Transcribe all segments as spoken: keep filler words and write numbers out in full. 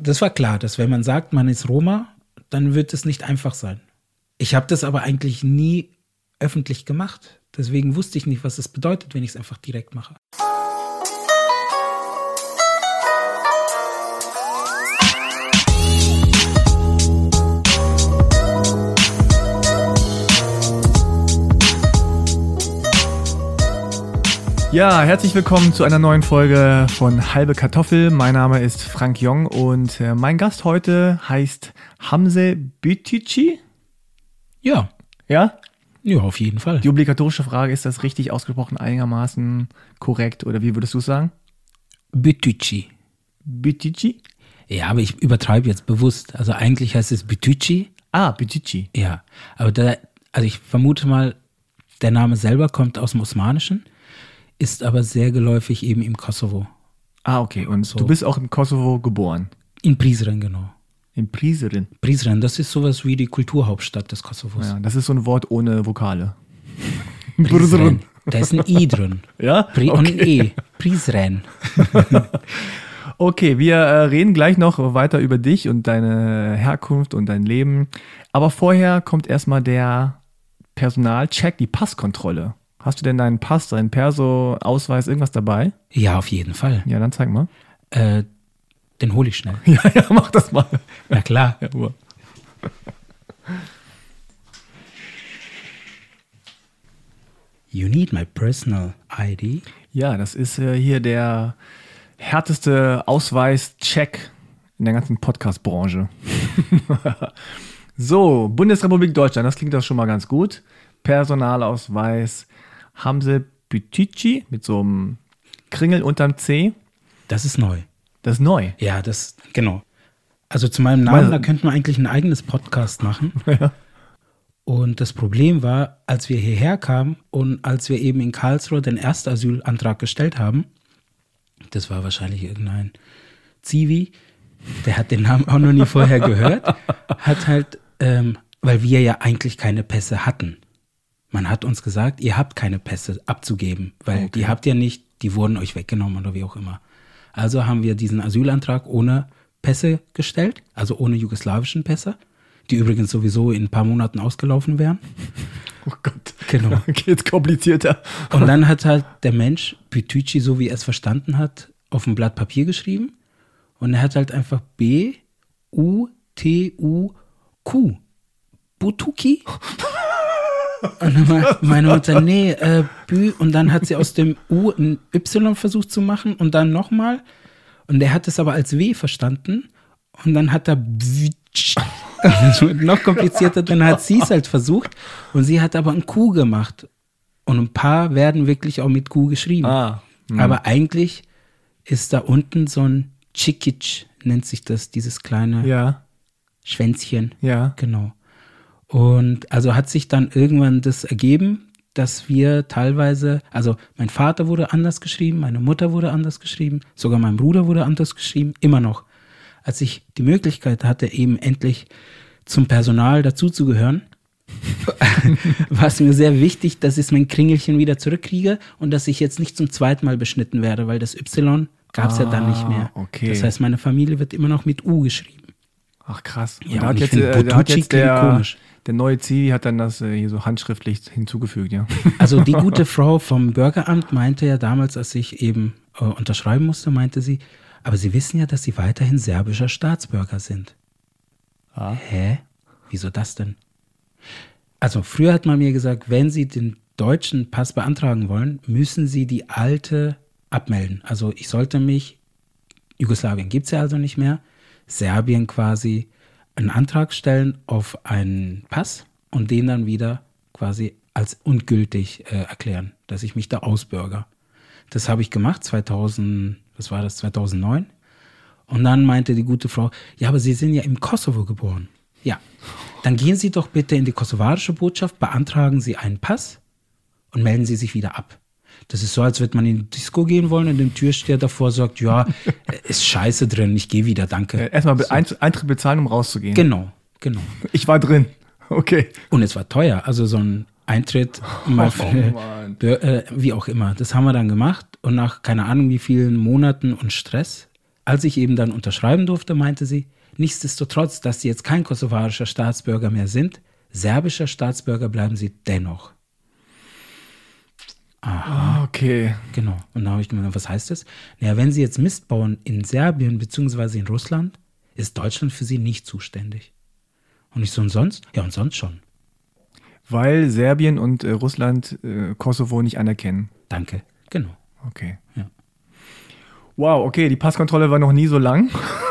das war klar, dass wenn man sagt, man ist Roma, dann wird es nicht einfach sein. Ich habe das aber eigentlich nie öffentlich gemacht. Deswegen wusste ich nicht, was es bedeutet, wenn ich es einfach direkt mache. Ja, herzlich willkommen zu einer neuen Folge von Halbe Kartoffel. Mein Name ist Frank Jong und äh, mein Gast heute heißt Hamze Büyücü. Ja. Ja? Ja, auf jeden Fall. Die obligatorische Frage, ist das richtig ausgesprochen, einigermaßen korrekt oder wie würdest du es sagen? Büyücü. Büyücü? Ja, aber ich übertreibe jetzt bewusst. Also eigentlich heißt es Büyücü. Ah, Büyücü. Ja, aber da, also ich vermute mal, der Name selber kommt aus dem Osmanischen, ist aber sehr geläufig eben im Kosovo. Ah, okay. Und so. Du bist auch im Kosovo geboren? In Prizren, genau. In Prizren? Prizren, das ist sowas wie die Kulturhauptstadt des Kosovos. Ja, das ist so ein Wort ohne Vokale. Prizren. Da ist ein I drin. Ja? Pri- okay. Und ein E. Prizren. Okay, wir äh, reden gleich noch weiter über dich und deine Herkunft und dein Leben. Aber vorher kommt erstmal der Personalcheck, die Passkontrolle. Hast du denn deinen Pass, deinen Perso, Ausweis, irgendwas dabei? Ja, auf jeden Fall. Ja, dann zeig mal. Äh, den hole ich schnell. Ja, ja, mach das mal. Na klar. Ja, Uhr. You need my personal I D. Ja, das ist äh, hier der härteste Ausweischeck in der ganzen Podcast-Branche. So, Bundesrepublik Deutschland, das klingt doch schon mal ganz gut. Personalausweis Hamze Büyücü mit so einem Kringel unterm C. Das ist neu. Das ist neu. Ja, das, genau. Also zu meinem Namen, da könnten wir eigentlich ein eigenes Podcast machen. Ja. Und das Problem war, als wir hierher kamen und als wir eben in Karlsruhe den Erstasylantrag gestellt haben, das war wahrscheinlich irgendein Zivi, der hat den Namen auch noch nie vorher gehört, hat halt, ähm, weil wir ja eigentlich keine Pässe hatten. Man hat uns gesagt, ihr habt keine Pässe abzugeben, weil Okay. die habt ihr nicht, die wurden euch weggenommen oder wie auch immer. Also haben wir diesen Asylantrag ohne Pässe gestellt, also ohne jugoslawischen Pässe, die übrigens sowieso in ein paar Monaten ausgelaufen wären. Oh Gott. Genau. Geht's komplizierter. Und dann hat halt der Mensch Büyücü, so wie er es verstanden hat, auf ein Blatt Papier geschrieben und er hat halt einfach B U T U Q. Butuki? Und dann war meine Mutter, nee, äh, Bü, und dann hat sie aus dem U ein Y versucht zu machen und dann nochmal. Und er hat es aber als W verstanden und dann hat er Büyücü. Das wird noch komplizierter, dann hat sie es halt versucht und sie hat aber ein Q gemacht. Und ein paar werden wirklich auch mit Q geschrieben. Ah, hm. Aber eigentlich ist da unten so ein Čikić, nennt sich das, dieses kleine Ja, Schwänzchen. ja. Genau. Und also hat sich dann irgendwann das ergeben, dass wir teilweise, also mein Vater wurde anders geschrieben, meine Mutter wurde anders geschrieben, sogar mein Bruder wurde anders geschrieben, immer noch. Als ich die Möglichkeit hatte, eben endlich zum Personal dazuzugehören, war es mir sehr wichtig, dass ich mein Kringelchen wieder zurückkriege und dass ich jetzt nicht zum zweiten Mal beschnitten werde, weil das Y gab es Ah, ja dann nicht mehr. okay. Das heißt, meine Familie wird immer noch mit U geschrieben. Ach krass. Und Ja, da und hat ich jetzt, find, äh, da hat Butucci jetzt klingt der, komisch. der neue Zivi hat dann das äh, hier so handschriftlich hinzugefügt, ja. Also die gute Frau vom Bürgeramt meinte ja damals, als ich eben äh, unterschreiben musste, meinte sie, aber Sie wissen ja, dass Sie weiterhin serbischer Staatsbürger sind. Ah. Hä? Wieso das denn? Also früher hat man mir gesagt, wenn Sie den deutschen Pass beantragen wollen, müssen Sie die alte abmelden. Also ich sollte mich, Jugoslawien gibt es ja also nicht mehr, Serbien quasi einen Antrag stellen auf einen Pass und den dann wieder quasi als ungültig äh, erklären, dass ich mich da ausbürger. Das habe ich gemacht, zweitausend, was war das, zweitausendneun. Und dann meinte die gute Frau, ja, aber Sie sind ja im Kosovo geboren. Ja, dann gehen Sie doch bitte in die kosovarische Botschaft, beantragen Sie einen Pass und melden Sie sich wieder ab. Das ist so, als würde man in die Disco gehen wollen und dem Türsteher davor sagt, ja, ist scheiße drin, ich gehe wieder, danke. Äh, Erstmal so. Eintritt, Eintritt bezahlen, um rauszugehen. Genau, genau. Ich war drin. Okay. Und es war teuer, also so ein Eintritt, mal für, Oh, Mann. äh, wie auch immer. Das haben wir dann gemacht und nach keine Ahnung wie vielen Monaten und Stress als ich eben dann unterschreiben durfte, meinte sie, nichtsdestotrotz, dass sie jetzt kein kosovarischer Staatsbürger mehr sind, serbischer Staatsbürger bleiben sie dennoch. Aha. Okay. Genau. Und da habe ich gemeint, was heißt das? Naja, wenn sie jetzt Mist bauen in Serbien bzw. in Russland, ist Deutschland für sie nicht zuständig. Und ich so, und sonst? Ja, und sonst schon. Weil Serbien und äh, Russland äh, Kosovo nicht anerkennen. Danke. Genau. Okay. Ja. Wow, okay, die Passkontrolle war noch nie so lang.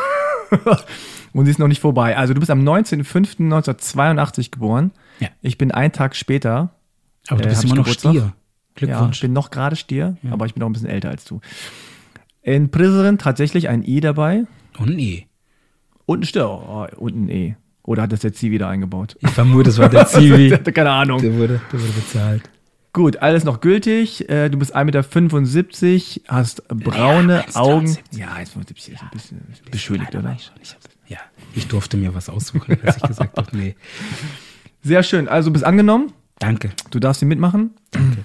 Und sie ist noch nicht vorbei. Also du bist am neunzehnten fünften neunzehnhundertzweiundachtzig geboren. Ja. Ich bin einen Tag später. Aber du äh, bist hab immer ich noch Geburtstag. Stier. Ja, Glückwunsch. ich bin noch gerade Stier, Ja. aber ich bin auch ein bisschen älter als du. In Prizren tatsächlich ein I dabei Und ein E. und ein Stier. Oh, und ein E. Oder hat das der C wieder eingebaut? Ich vermute, das war der Zivi. Der hatte keine Ahnung. Der wurde, der wurde bezahlt. Gut, alles noch gültig. Äh, Du bist ein Meter fünfundsiebzig, hast braune Ja, Augen. eins Komma fünfundsiebzig. Ja, eins Komma fünfundsiebzig ist ein bisschen beschönigt, Nein, da war oder? ich schon. Ich hab, ja, ich durfte mir was aussuchen, als ich gesagt habe, nee. Sehr schön. Also, du bist angenommen. Danke. Du darfst hier mitmachen. Danke.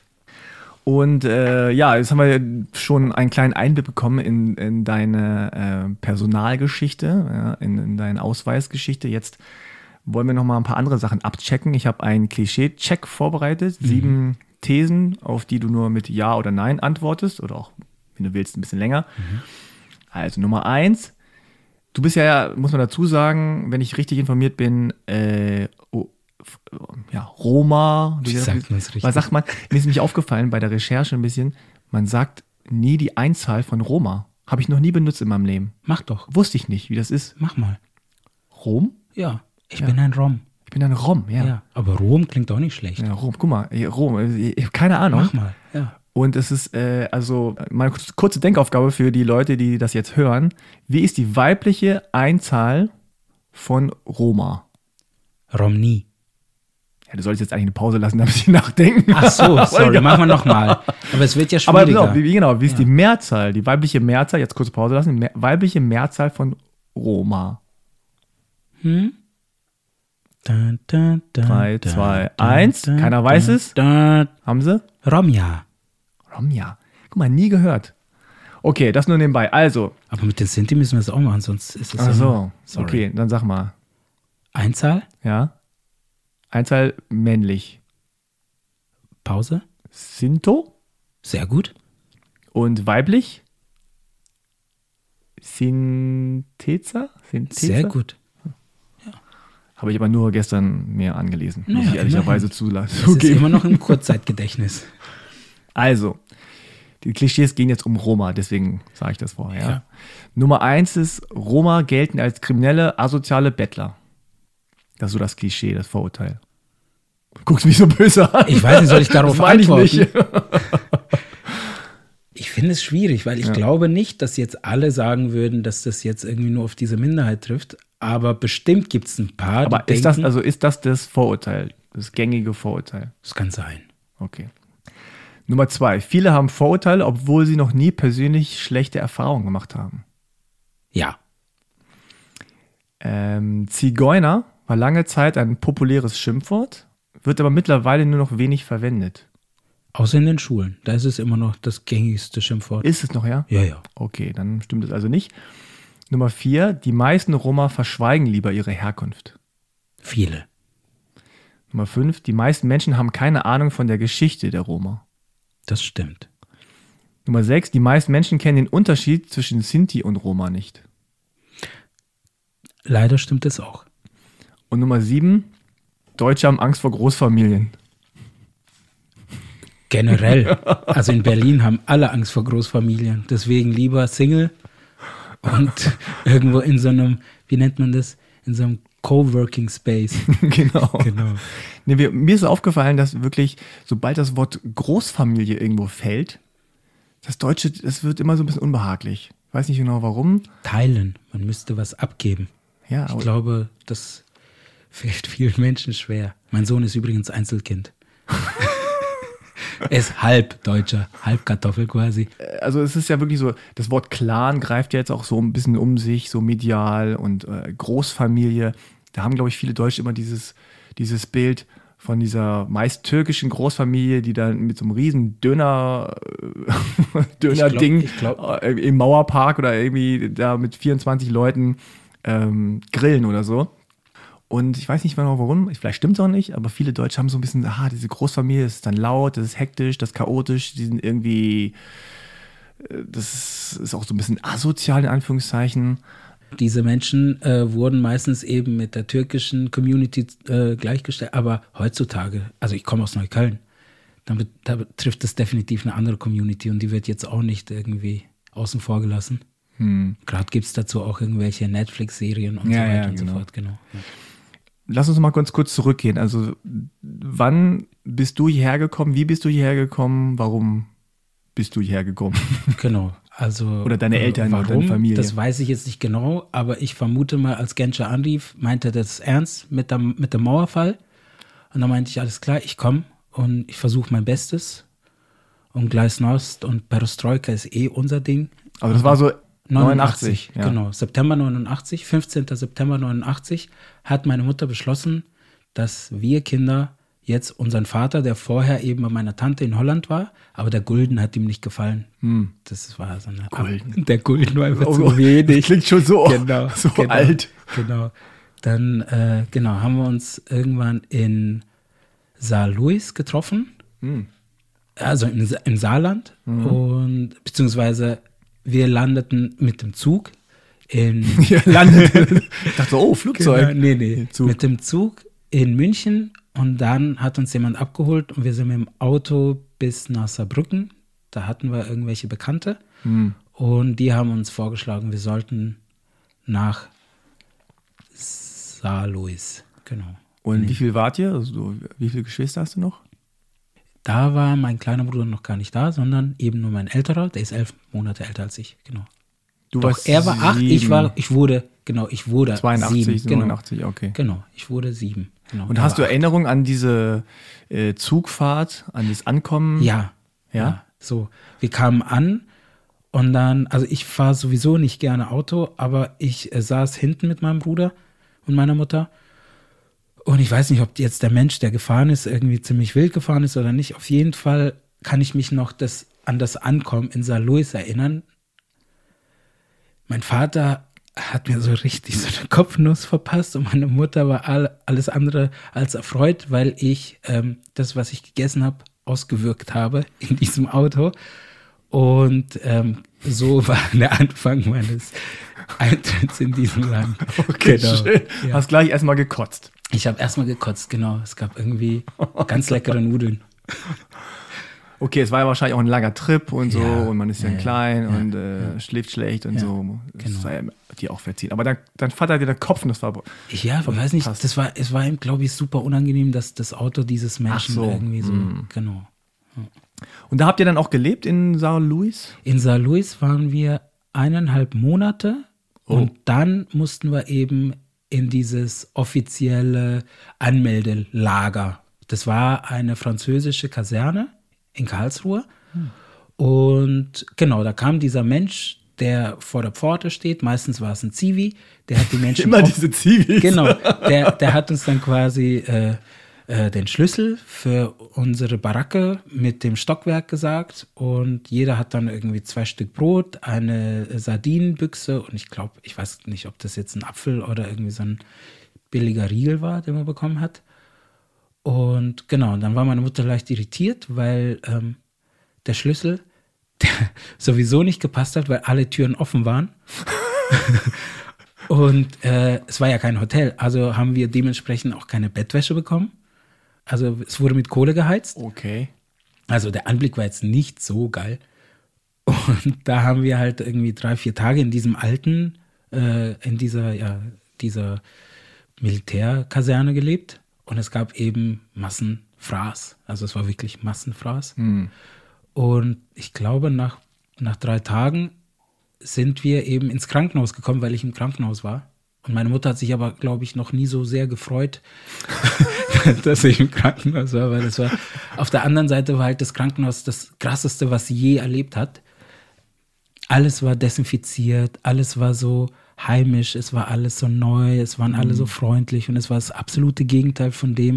Und äh, ja, jetzt haben wir schon einen kleinen Einblick bekommen in, in deine äh, Personalgeschichte, ja, in, in deine Ausweisgeschichte. Jetzt wollen wir noch mal ein paar andere Sachen abchecken. Ich habe einen Klischee-Check vorbereitet, mhm. sieben Thesen, auf die du nur mit Ja oder Nein antwortest oder auch, wenn du willst, ein bisschen länger. Mhm. Also Nummer eins, du bist ja, muss man dazu sagen, wenn ich richtig informiert bin, äh, oh, ja, Roma. Wie sagt man es richtig? Was sagt man? Mir ist nämlich aufgefallen bei der Recherche ein bisschen, man sagt nie die Einzahl von Roma. Habe ich noch nie benutzt in meinem Leben. Mach doch. Wusste ich nicht, wie das ist. Mach mal. Rom? Ja, ich Ja. bin ein Rom. Ich bin ein Rom, ja. Ja. Aber Rom klingt auch nicht schlecht. Ja, Rom, guck mal, hier, Rom, ich habe keine Ahnung. Mach mal. Ja. Und es ist, äh, also, meine kurze Denkaufgabe für die Leute, die das jetzt hören. Wie ist die weibliche Einzahl von Roma? Romni. Ja, du solltest jetzt eigentlich eine Pause lassen, damit ich nachdenken. Ach so, sorry, machen wir nochmal. Aber es wird ja Aber schwieriger. genau, wie, genau, wie ist Ja. die Mehrzahl, die weibliche Mehrzahl, jetzt kurze Pause lassen, mehr, weibliche Mehrzahl von Roma? Hm? Dun, dun, dun, Drei, dun, zwei, dun, eins. dun, Keiner dun, weiß es. dun. Haben sie? Romja. Romja. Guck mal, nie gehört. Okay, das nur nebenbei. Also, Aber mit den Sinti müssen wir es auch machen, sonst ist es ach ja so, nur- Sorry. okay, dann sag mal. Einzahl, Ja. Einzahl männlich. Pause. Sinto Sehr gut. und weiblich. Sinteza? Sinteza? Sehr gut. Habe ich aber nur gestern mir angelesen. Muss Naja, ich ehrlicherweise immerhin. zulassen. Das ist immer noch im Kurzzeitgedächtnis. Also, die Klischees gehen jetzt um Roma, deswegen sage ich das vorher. Ja. Ja. Nummer eins ist, Roma gelten als kriminelle, asoziale Bettler. Das ist so das Klischee, das Vorurteil. Du guckst mich so böse an. Ich weiß nicht, soll ich darauf Das meine ich antworten? nicht. Ich finde es schwierig, weil ich Ja. glaube glaube nicht, dass jetzt alle sagen würden, dass das jetzt irgendwie nur auf diese Minderheit trifft. Aber bestimmt gibt es ein paar, Aber die ist das, denken, also ist das das Vorurteil, das gängige Vorurteil? das kann sein. Okay. Nummer zwei. Viele haben Vorurteile, obwohl sie noch nie persönlich schlechte Erfahrungen gemacht haben. Ja, Ähm, Zigeuner war lange Zeit ein populäres Schimpfwort, wird aber mittlerweile nur noch wenig verwendet. außer in den Schulen. Da ist es immer noch das gängigste Schimpfwort. Ist es noch, ja? Ja, ja. Okay, dann stimmt es also nicht. Nummer vier. Die meisten Roma verschweigen lieber ihre Herkunft. Viele. Nummer fünf. Die meisten Menschen haben keine Ahnung von der Geschichte der Roma. Das stimmt. Nummer sechs. Die meisten Menschen kennen den Unterschied zwischen Sinti und Roma nicht. Leider stimmt es auch. Und Nummer sieben. Deutsche haben Angst vor Großfamilien. Generell. Also in Berlin haben alle Angst vor Großfamilien. Deswegen lieber Single und irgendwo in so einem, wie nennt man das? In so einem Coworking Space. Genau. Genau. Nee, wir, mir ist aufgefallen, dass wirklich, sobald das Wort Großfamilie irgendwo fällt, das Deutsche, das wird immer so ein bisschen unbehaglich. Ich weiß nicht genau warum. Teilen. Man müsste was abgeben. Ja, Ich aber- glaube, das fällt vielen Menschen schwer. Mein Sohn ist übrigens Einzelkind. Er ist halb Deutscher, halb Kartoffel quasi. also es ist ja wirklich so, das Wort Clan greift ja jetzt auch so ein bisschen um sich, so medial und äh, Großfamilie. Da haben, glaube ich, viele Deutsche immer dieses, dieses Bild von dieser meist türkischen Großfamilie, die dann mit so einem riesen Döner, Döner-Ding Ich glaub, ich glaub, im Mauerpark oder irgendwie da mit vierundzwanzig Leuten ähm, grillen oder so. Und ich weiß nicht genau warum, vielleicht stimmt es auch nicht, aber viele Deutsche haben so ein bisschen, ah, diese Großfamilie, das ist dann laut, das ist hektisch, das ist chaotisch, die sind irgendwie, das ist auch so ein bisschen asozial in Anführungszeichen. Diese Menschen äh, wurden meistens eben mit der türkischen Community äh, gleichgestellt, aber heutzutage, also ich komme aus Neukölln, damit, da trifft es definitiv eine andere Community und die wird jetzt auch nicht irgendwie außen vor gelassen. Hm. Gerade gibt es dazu auch irgendwelche Netflix-Serien und ja, so weiter ja, und genau. so fort, genau. Ja. Lass uns mal ganz kurz zurückgehen. Also, wann bist du hierher gekommen? Wie bist du hierher gekommen? Warum bist du hierher gekommen? Genau. Also, oder deine Eltern warum, oder deine Familie. Das weiß ich jetzt nicht genau, aber ich vermute mal, als Genscher anrief, meinte er das ernst mit dem, mit dem Mauerfall. Und dann meinte ich, alles klar, ich komme und ich versuche mein Bestes. Und Gleisnost und Perestroika ist eh unser Ding. Aber das war so neunundachtzig, neunundachtzig ja. Genau, September neunundachtzig, fünfzehnten September neunundachtzig hat meine Mutter beschlossen, dass wir Kinder jetzt unseren Vater, der vorher eben bei meiner Tante in Holland war, aber der Gulden hat ihm nicht gefallen. Hm. Das war so eine Gulden. Der Gulden war einfach oh, zu wenig. Das klingt schon so, genau, so genau, alt. Genau. Dann äh, genau, haben wir uns irgendwann in Saarlouis getroffen, hm. also im, im Saarland, hm. und beziehungsweise wir landeten mit dem Zug in ja, landeten. Ich dachte so, oh, Flugzeug. Genau, nee, nee. Zug. Mit dem Zug in München und dann hat uns jemand abgeholt und wir sind mit dem Auto bis nach Saarbrücken. Da hatten wir irgendwelche Bekannte hm. und die haben uns vorgeschlagen, wir sollten nach Saarlouis. Genau. Und nee. wie viel wart ihr? Also, wie viele Geschwister hast du noch? Da war mein kleiner Bruder noch gar nicht da, sondern eben nur mein älterer, der ist elf Monate älter als ich, genau. Du Doch, warst er war acht, sieben. ich war, ich wurde, genau, ich wurde zweiundachtzig, sieben. Genau. neunundachtzig, okay. Genau, ich wurde sieben. Genau. Und hast du Erinnerungen an diese äh, Zugfahrt, an das Ankommen? Ja, ja, ja. So, wir kamen an und dann, also ich fahre sowieso nicht gerne Auto, aber ich äh, saß hinten mit meinem Bruder und meiner Mutter. Und ich weiß nicht, ob jetzt der Mensch, der gefahren ist, irgendwie ziemlich wild gefahren ist oder nicht. Auf jeden Fall kann ich mich noch das, an das Ankommen in Saarlouis erinnern. Mein Vater hat mir so richtig so eine Kopfnuss verpasst und meine Mutter war all, alles andere als erfreut, weil ich ähm, das, was ich gegessen habe, ausgewirkt habe in diesem Auto. Und ähm, so war der Anfang meines Eintritts in diesem Land. Okay, genau. Schön. Ja. Hast gleich erstmal gekotzt. Ich habe erstmal gekotzt, genau. Es gab irgendwie ganz leckere Nudeln. Okay, es war ja wahrscheinlich auch ein langer Trip und so ja, und man ist ja, ja klein ja, und äh, ja. schläft schlecht und ja, so. Das genau. sei dir auch verziehen. Aber dein, dein Vater hat dir den Kopf, das war. Ja, ich weiß nicht, das war, es war ihm, glaube ich, super unangenehm, dass das Auto dieses Menschen so. irgendwie so, mm. genau. Ja. Und da habt ihr dann auch gelebt in Saarlouis? In Saarlouis waren wir eineinhalb Monate oh. und dann mussten wir eben in dieses offizielle Anmeldelager. Das war eine französische Kaserne in Karlsruhe. Hm. Und genau, da kam dieser Mensch, der vor der Pforte steht. Meistens war es ein Zivi. Der hat die Menschen Immer diese Zivis. Genau, der, der hat uns dann quasi äh, äh, den Schlüssel für unsere Baracke mit dem Stockwerk gesagt. Und jeder hat dann irgendwie zwei Stück Brot, eine Sardinenbüchse und ich glaube, ich weiß nicht, ob das jetzt ein Apfel oder irgendwie so ein billiger Riegel war, den man bekommen hat. Und genau, dann war meine Mutter leicht irritiert, weil ähm, der Schlüssel der sowieso nicht gepasst hat, weil alle Türen offen waren. Und äh, es war ja kein Hotel, also haben wir dementsprechend auch keine Bettwäsche bekommen. Also es wurde mit Kohle geheizt. Okay. Also der Anblick war jetzt nicht so geil. Und da haben wir halt irgendwie drei, vier Tage in diesem alten, äh, in dieser, ja, dieser Militärkaserne gelebt. Und es gab eben Massenfraß. Also es war wirklich Massenfraß. Hm. Und ich glaube, nach, nach drei Tagen sind wir eben ins Krankenhaus gekommen, weil ich im Krankenhaus war. Und meine Mutter hat sich aber, glaube ich, noch nie so sehr gefreut, dass ich im Krankenhaus war, weil das war, auf der anderen Seite war halt das Krankenhaus das Krasseste, was sie je erlebt hat. Alles war desinfiziert, alles war so heimisch, es war alles so neu, es waren alle so freundlich und es war das absolute Gegenteil von dem,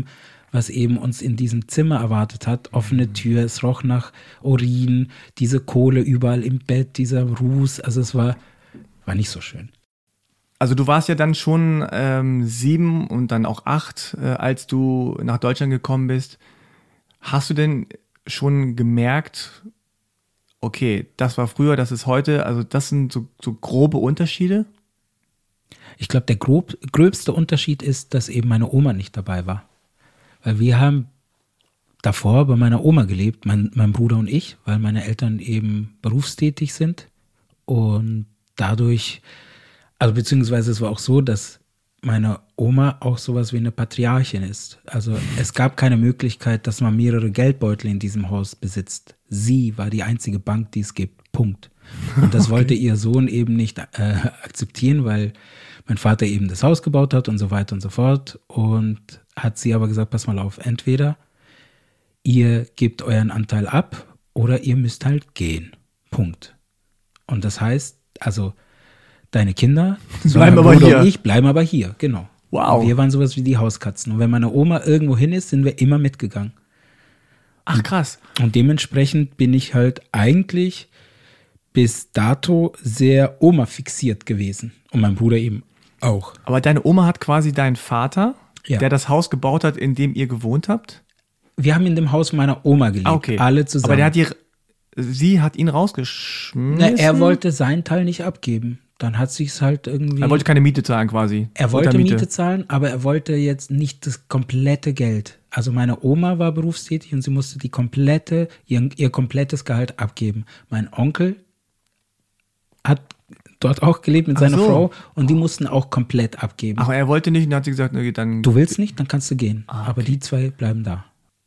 was eben uns in diesem Zimmer erwartet hat. Offene Tür, es roch nach Urin, diese Kohle überall im Bett, dieser Ruß. Also es war, war nicht so schön. Also du warst ja dann schon ähm, sieben und dann auch acht, äh, als du nach Deutschland gekommen bist. Hast du denn schon gemerkt, okay, das war früher, das ist heute, also das sind so, so grobe Unterschiede? Ich glaube, der grob, gröbste Unterschied ist, dass eben meine Oma nicht dabei war. Weil wir haben davor bei meiner Oma gelebt, mein, mein Bruder und ich, weil meine Eltern eben berufstätig sind und dadurch, also beziehungsweise es war auch so, dass meine Oma auch sowas wie eine Patriarchin ist. Also es gab keine Möglichkeit, dass man mehrere Geldbeutel in diesem Haus besitzt. Sie war die einzige Bank, die es gibt. Punkt. Und das okay. wollte ihr Sohn eben nicht äh, akzeptieren, weil mein Vater eben das Haus gebaut hat und so weiter und so fort. Und hat sie aber gesagt, pass mal auf, entweder ihr gebt euren Anteil ab oder ihr müsst halt gehen. Punkt. Und das heißt, also deine Kinder, so bleiben aber hier. Und ich bleiben aber hier, genau. Wow. Und wir waren sowas wie die Hauskatzen. Und wenn meine Oma irgendwo hin ist, sind wir immer mitgegangen. Ach krass. Und dementsprechend bin ich halt eigentlich bis dato sehr Oma fixiert gewesen. Und mein Bruder eben auch. Aber deine Oma hat quasi deinen Vater, ja. der das Haus gebaut hat, in dem ihr gewohnt habt? Wir haben in dem Haus meiner Oma gelebt, ah, okay. alle zusammen. Aber der hat die, sie hat ihn rausgeschmissen? Na, er wollte seinen Teil nicht abgeben. Dann hat sich's halt irgendwie... Er wollte keine Miete zahlen quasi. Er wollte Miete zahlen, aber er wollte jetzt nicht das komplette Geld. Also meine Oma war berufstätig und sie musste die komplette, ihr, ihr komplettes Gehalt abgeben. Mein Onkel hat dort auch gelebt mit Ach seiner so. Frau und die mussten auch komplett abgeben. Ach, er wollte nicht und dann hat sie gesagt, okay, dann... Du willst nicht, dann kannst du gehen. Ah, okay. Aber die zwei bleiben da.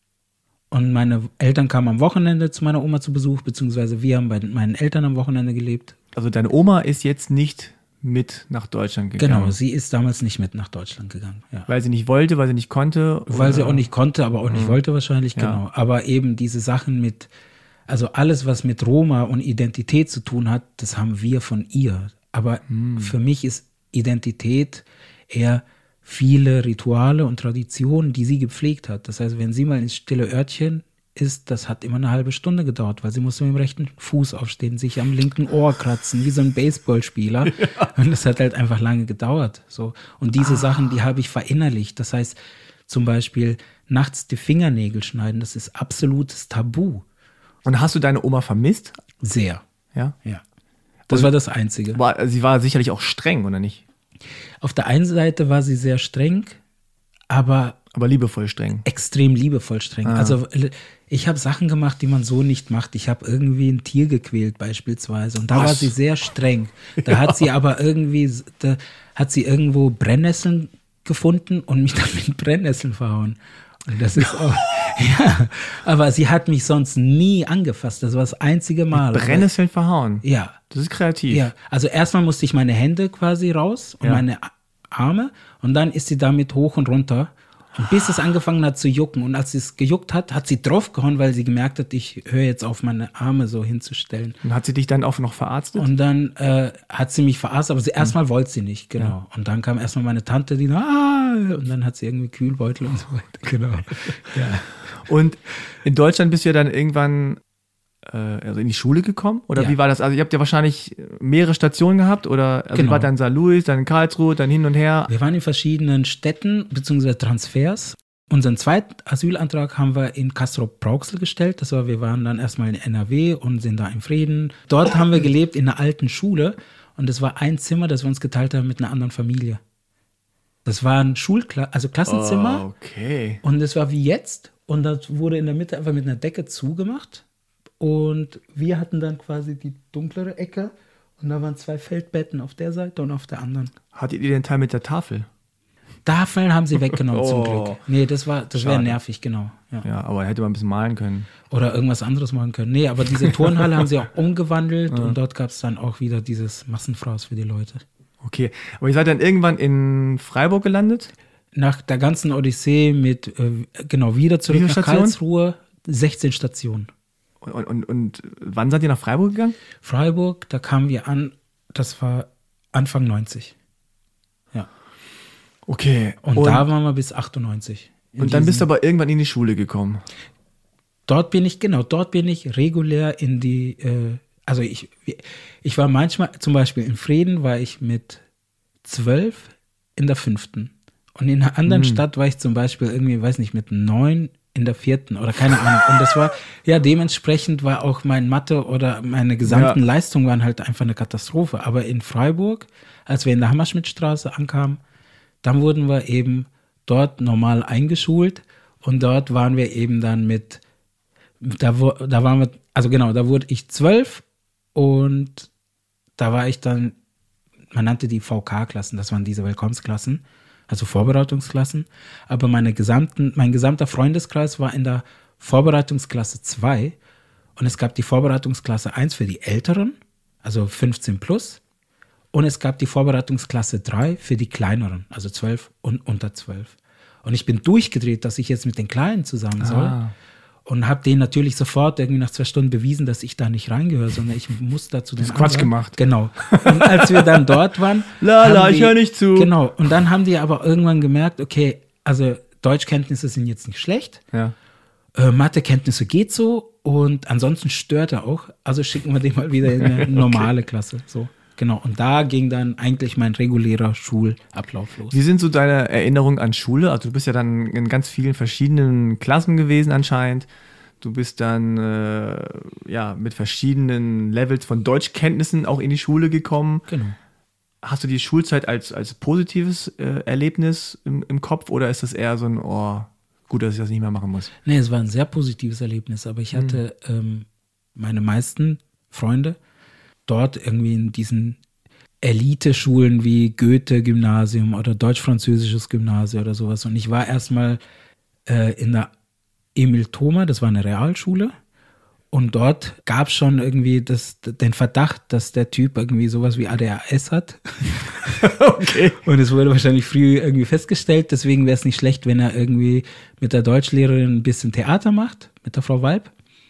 Und meine Eltern kamen am Wochenende zu meiner Oma zu Besuch, beziehungsweise wir haben bei meinen Eltern am Wochenende gelebt. Also deine Oma ist jetzt nicht mit nach Deutschland gegangen? Genau, sie ist damals nicht mit nach Deutschland gegangen. Ja. Weil sie nicht wollte, weil sie nicht konnte? Weil oder? sie auch nicht konnte, aber auch nicht mhm. wollte wahrscheinlich, ja. genau. Aber eben diese Sachen mit, also alles, was mit Roma und Identität zu tun hat, das haben wir von ihr. Aber mhm. für mich ist Identität eher viele Rituale und Traditionen, die sie gepflegt hat. Das heißt, wenn sie mal ins stille Örtchen ist, das hat immer eine halbe Stunde gedauert, weil sie musste mit dem rechten Fuß aufstehen, sich am linken Ohr kratzen, wie so ein Baseballspieler. Ja. Und das hat halt einfach lange gedauert. So. Und diese ah. Sachen, die habe ich verinnerlicht. Das heißt, zum Beispiel nachts die Fingernägel schneiden, das ist absolutes Tabu. Und hast du deine Oma vermisst? Sehr. Ja? Ja. Das Und war das Einzige. War, sie war sicherlich auch streng, oder nicht? Auf der einen Seite war sie sehr streng, aber Aber liebevoll streng. Extrem liebevoll streng. Ah. Also ich habe Sachen gemacht, die man so nicht macht. Ich habe irgendwie ein Tier gequält beispielsweise und da Was? war sie sehr streng. Da ja. hat sie aber irgendwie, da hat sie irgendwo Brennnesseln gefunden und mich dann mit Brennnesseln verhauen. Und das ist auch, ja, aber sie hat mich sonst nie angefasst. Das war das einzige Mal. Mit Brennnesseln verhauen? Ja. Das ist kreativ. Ja, also erstmal musste ich meine Hände quasi raus und ja. meine Arme und dann ist sie damit hoch und runter. Und bis es angefangen hat zu jucken. Und als es gejuckt hat, hat sie draufgehauen, weil sie gemerkt hat, ich höre jetzt auf, meine Arme so hinzustellen. Und hat sie dich dann auch noch verarztet? Und dann äh, hat sie mich verarztet, aber sie, erstmal hm. wollte sie nicht, genau. Ja. Und dann kam erstmal meine Tante, die, ah, und dann hat sie irgendwie Kühlbeutel und so weiter, genau. Ja. Und in Deutschland bist du ja dann irgendwann äh, also in die Schule gekommen? Oder ja. wie war das? Also ihr habt ja wahrscheinlich mehrere Stationen gehabt, oder? Also genau. ihr wart dann in Sankt Louis, dann in Karlsruhe, dann hin und her. Wir waren in verschiedenen Städten, beziehungsweise Transfers. Unseren zweiten Asylantrag haben wir in Castrop-Rauxel gestellt. Das war, wir waren dann erstmal in N R W und sind da im Frieden. Dort haben wir gelebt in einer alten Schule und das war ein Zimmer, das wir uns geteilt haben mit einer anderen Familie. Das war ein Schulkla- also Klassenzimmer. Oh, okay. Und das war wie jetzt und das wurde in der Mitte einfach mit einer Decke zugemacht. Und wir hatten dann quasi die dunklere Ecke und da waren zwei Feldbetten auf der Seite und auf der anderen. Hattet ihr den Teil mit der Tafel? Tafeln haben sie weggenommen oh. zum Glück. Nee, das war, das wäre nervig, genau. Ja. ja, aber hätte man ein bisschen malen können. Oder irgendwas anderes machen können. Nee, aber diese Turnhalle haben sie auch umgewandelt ja. und dort gab es dann auch wieder dieses Massenfraß für die Leute. Okay, aber ihr seid dann irgendwann in Freiburg gelandet? Nach der ganzen Odyssee mit, äh, genau, wieder zurück nach Karlsruhe, sechzehn Stationen. Und, und, und wann seid ihr nach Freiburg gegangen? Freiburg, da kamen wir an, das war Anfang neunzig. Ja. Okay. Und, und da waren wir bis achtundneunzig Und dann bist du aber irgendwann in die Schule gekommen. Dort bin ich, genau, dort bin ich regulär in die, äh, also ich, ich war manchmal, zum Beispiel in Frieden war ich mit zwölf in der fünften. Und in einer anderen mhm. Stadt war ich zum Beispiel irgendwie, weiß nicht, mit neun in der vierten oder keine Ahnung. Und das war, ja, dementsprechend war auch mein Mathe oder meine gesamten ja. Leistungen waren halt einfach eine Katastrophe. Aber in Freiburg, als wir in der Hammerschmidtstraße ankamen, dann wurden wir eben dort normal eingeschult und dort waren wir eben dann mit, da, da waren wir, also genau, da wurde ich zwölf und da war ich dann, man nannte die V K-Klassen, das waren diese Willkommensklassen, also Vorbereitungsklassen, aber meine gesamten, mein gesamter Freundeskreis war in der Vorbereitungsklasse zwei und es gab die Vorbereitungsklasse eins für die Älteren, also fünfzehn plus, und es gab die Vorbereitungsklasse drei für die Kleineren, also zwölf und unter zwölf. Und ich bin durchgedreht, dass ich jetzt mit den Kleinen zusammen soll. Ah. Und habe denen natürlich sofort irgendwie nach zwei Stunden bewiesen, dass ich da nicht reingehöre, sondern ich muss da zu den anderen. Quatsch gemacht. Genau. Und als wir dann dort waren. Lala, ich höre nicht zu. Genau. Und dann haben die aber irgendwann gemerkt, okay, also Deutschkenntnisse sind jetzt nicht schlecht. Ja. Äh, Mathekenntnisse geht so. Und ansonsten stört er auch. Also schicken wir den mal wieder in eine normale okay. Klasse. So. Genau, und da ging dann eigentlich mein regulärer Schulablauf los. Wie sind so deine Erinnerungen an Schule? Also du bist ja dann in ganz vielen verschiedenen Klassen gewesen anscheinend. Du bist dann äh, ja mit verschiedenen Levels von Deutschkenntnissen auch in die Schule gekommen. Genau. Hast du die Schulzeit als, als positives äh, Erlebnis im, im Kopf oder ist das eher so ein, oh, gut, dass ich das nicht mehr machen muss? Nee, es war ein sehr positives Erlebnis, aber ich hatte mhm. ähm, meine meisten Freunde dort irgendwie in diesen Elite-Schulen wie Goethe-Gymnasium oder Deutsch-Französisches Gymnasium oder sowas. Und ich war erstmal äh, in der Emil Thoma, das war eine Realschule. Und dort gab es schon irgendwie das, den Verdacht, dass der Typ irgendwie sowas wie A D H S hat. Okay. Und es wurde wahrscheinlich früh irgendwie festgestellt. Deswegen wäre es nicht schlecht, wenn er irgendwie mit der Deutschlehrerin ein bisschen Theater macht, mit der Frau Walb.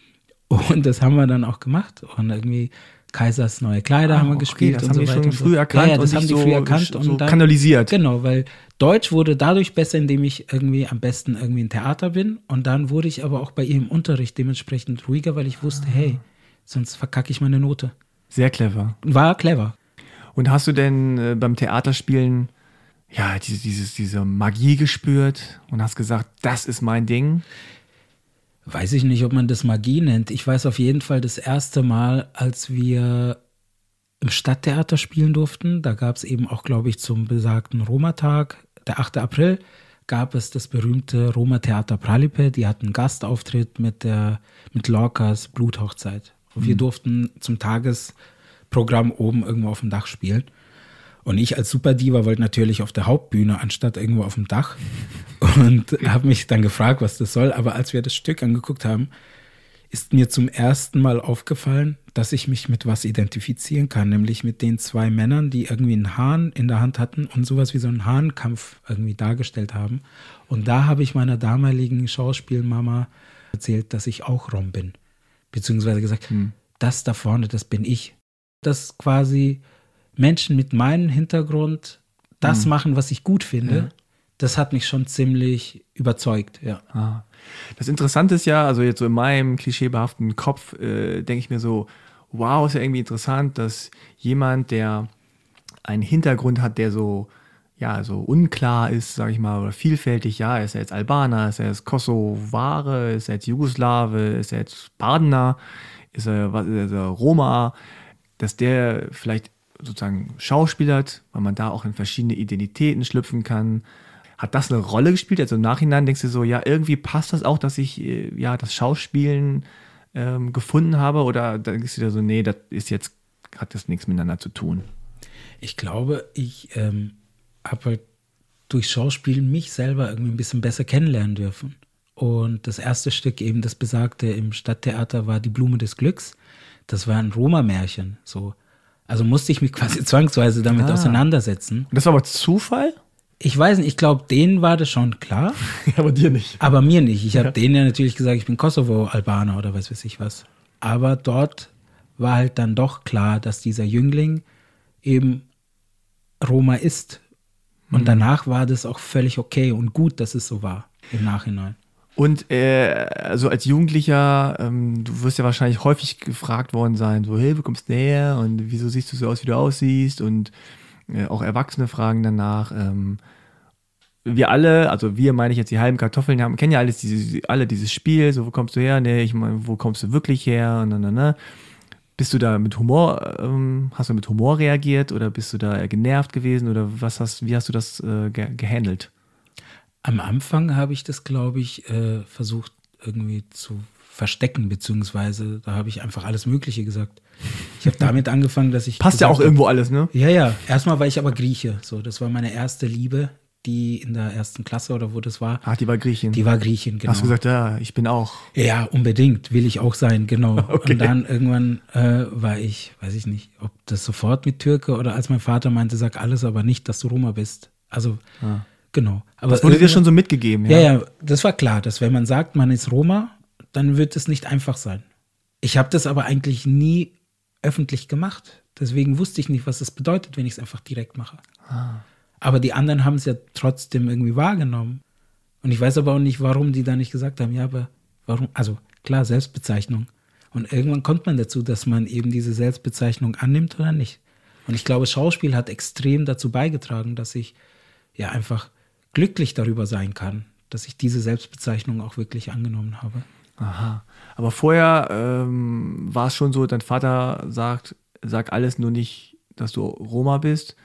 Und das haben wir dann auch gemacht. Und irgendwie Kaisers neue Kleider ah, haben wir okay, gespielt. Das und haben so die weiter schon früh erkannt. Ja, ja, das und haben die so, früh erkannt. so und dann, kanalisiert. Genau, weil Deutsch wurde dadurch besser, indem ich irgendwie am besten irgendwie im Theater bin. Und dann wurde ich aber auch bei ihr im Unterricht dementsprechend ruhiger, weil ich wusste, ah. hey, sonst verkacke ich meine Note. Sehr clever. War clever. Und hast du denn äh, beim Theaterspielen ja diese, dieses, diese Magie gespürt und hast gesagt, das ist mein Ding? Weiß ich nicht, ob man das Magie nennt. Ich weiß auf jeden Fall das erste Mal, als wir im Stadttheater spielen durften, da gab es eben auch, glaube ich, zum besagten Roma-Tag, der achte April, gab es das berühmte Roma-Theater Pralipe. Die hatten einen Gastauftritt mit, der, mit Lorcas Bluthochzeit. Und mhm. wir durften zum Tagesprogramm oben irgendwo auf dem Dach spielen. Und ich als Superdiva wollte natürlich auf der Hauptbühne, anstatt irgendwo auf dem Dach. Und habe mich dann gefragt, was das soll. Aber als wir das Stück angeguckt haben, ist mir zum ersten Mal aufgefallen, dass ich mich mit was identifizieren kann. Nämlich mit den zwei Männern, die irgendwie einen Hahn in der Hand hatten und sowas wie so einen Hahnkampf irgendwie dargestellt haben. Und da habe ich meiner damaligen Schauspielmama erzählt, dass ich auch Rom bin. Beziehungsweise gesagt, hm. das da vorne, das bin ich. Dass quasi Menschen mit meinem Hintergrund das hm. machen, was ich gut finde, ja. das hat mich schon ziemlich überzeugt, ja. Ah. Das Interessante ist ja, also jetzt so in meinem klischeebehafteten Kopf, äh, denke ich mir so, wow, ist ja irgendwie interessant, dass jemand, der einen Hintergrund hat, der so, ja, so unklar ist, sage ich mal, oder vielfältig, ja, ist er jetzt Albaner, ist er jetzt Kosovare, ist er jetzt Jugoslawe, ist er jetzt Badener, ist er, was, ist er Roma, dass der vielleicht sozusagen schauspielert, weil man da auch in verschiedene Identitäten schlüpfen kann. Hat das eine Rolle gespielt? Also im Nachhinein denkst du so, ja, irgendwie passt das auch, dass ich ja das Schauspielen ähm, gefunden habe? Oder denkst du dir so, nee, das ist jetzt, hat das nichts miteinander zu tun? Ich glaube, ich ähm, habe halt durch Schauspielen mich selber irgendwie ein bisschen besser kennenlernen dürfen. Und das erste Stück, eben das besagte im Stadttheater, war Die Blume des Glücks. Das war ein Roma-Märchen. So. Also musste ich mich quasi zwangsweise damit ah. auseinandersetzen. Und das war aber Zufall? Ich weiß nicht, ich glaube, denen war das schon klar. Aber dir nicht. Aber mir nicht. Ich habe ja. denen ja natürlich gesagt, ich bin Kosovo-Albaner oder was weiß ich was. Aber dort war halt dann doch klar, dass dieser Jüngling eben Roma ist. Und mhm. danach war das auch völlig okay und gut, dass es so war. im Nachhinein. Und äh, also als Jugendlicher, ähm, du wirst ja wahrscheinlich häufig gefragt worden sein, so, hey, wo kommst du her und wieso siehst du so aus, wie du aussiehst, und äh, auch Erwachsene fragen danach. Ähm, wir alle, also wir meine ich jetzt die halben Kartoffeln, haben, kennen ja alles diese, alle dieses Spiel, so, wo kommst du her? Nee, ich meine, wo kommst du wirklich her? Und, und, und, und. Bist du da mit Humor, ähm, hast du mit Humor reagiert oder bist du da eher genervt gewesen oder was hast, wie hast du das äh, ge- gehandelt? Am Anfang habe ich das, glaube ich, äh, versucht irgendwie zu verstecken, beziehungsweise da habe ich einfach alles Mögliche gesagt. Ich habe damit angefangen, dass ich Passt ja auch habe, irgendwo alles, ne? Ja, ja. Erstmal war ich aber Grieche. So, das war meine erste Liebe, die in der ersten Klasse oder wo das war. Ach, die war Griechin. Die war Griechin, genau. Hast du gesagt, ja, ich bin auch. Ja, unbedingt, will ich auch sein, genau. Okay. Und dann irgendwann äh, war ich, weiß ich nicht, ob das sofort mit Türke oder als mein Vater meinte, sag alles, aber nicht, dass du Roma bist. Also, Ah. genau. Aber Das wurde dir schon so mitgegeben, ja? ja? Ja, ja, das war klar, dass wenn man sagt, man ist Roma, dann wird es nicht einfach sein. Ich habe das aber eigentlich nie öffentlich gemacht. Deswegen wusste ich nicht, was es bedeutet, wenn ich es einfach direkt mache. Ah. Aber die anderen haben es ja trotzdem irgendwie wahrgenommen. Und ich weiß aber auch nicht, warum die da nicht gesagt haben, ja, aber warum? Also klar, Selbstbezeichnung. Und irgendwann kommt man dazu, dass man eben diese Selbstbezeichnung annimmt oder nicht. Und ich glaube, Schauspiel hat extrem dazu beigetragen, dass ich ja einfach glücklich darüber sein kann, dass ich diese Selbstbezeichnung auch wirklich angenommen habe. Aha. Aber vorher ähm, war es schon so, dein Vater sagt, sag alles, nur nicht, dass du Roma bist.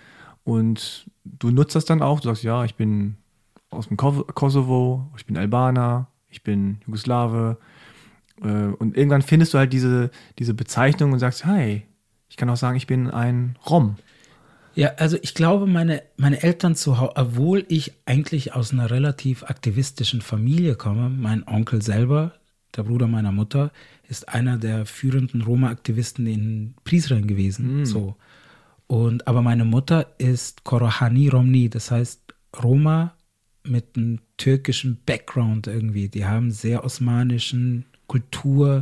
Und du nutzt das dann auch. Du sagst, ja, ich bin aus dem Ko- Kosovo, ich bin Albaner, ich bin Jugoslawe. Äh, und irgendwann findest du halt diese, diese Bezeichnung und sagst, hey, ich kann auch sagen, ich bin ein Rom. Ja, also ich glaube, meine, meine Eltern zu Hause, obwohl ich eigentlich aus einer relativ aktivistischen Familie komme, mein Onkel selber, der Bruder meiner Mutter, ist einer der führenden Roma-Aktivisten in Prizren gewesen. Mm. So. Und, aber meine Mutter ist Korohani Romni, das heißt Roma mit einem türkischen Background irgendwie. Die haben sehr osmanischen Kultur-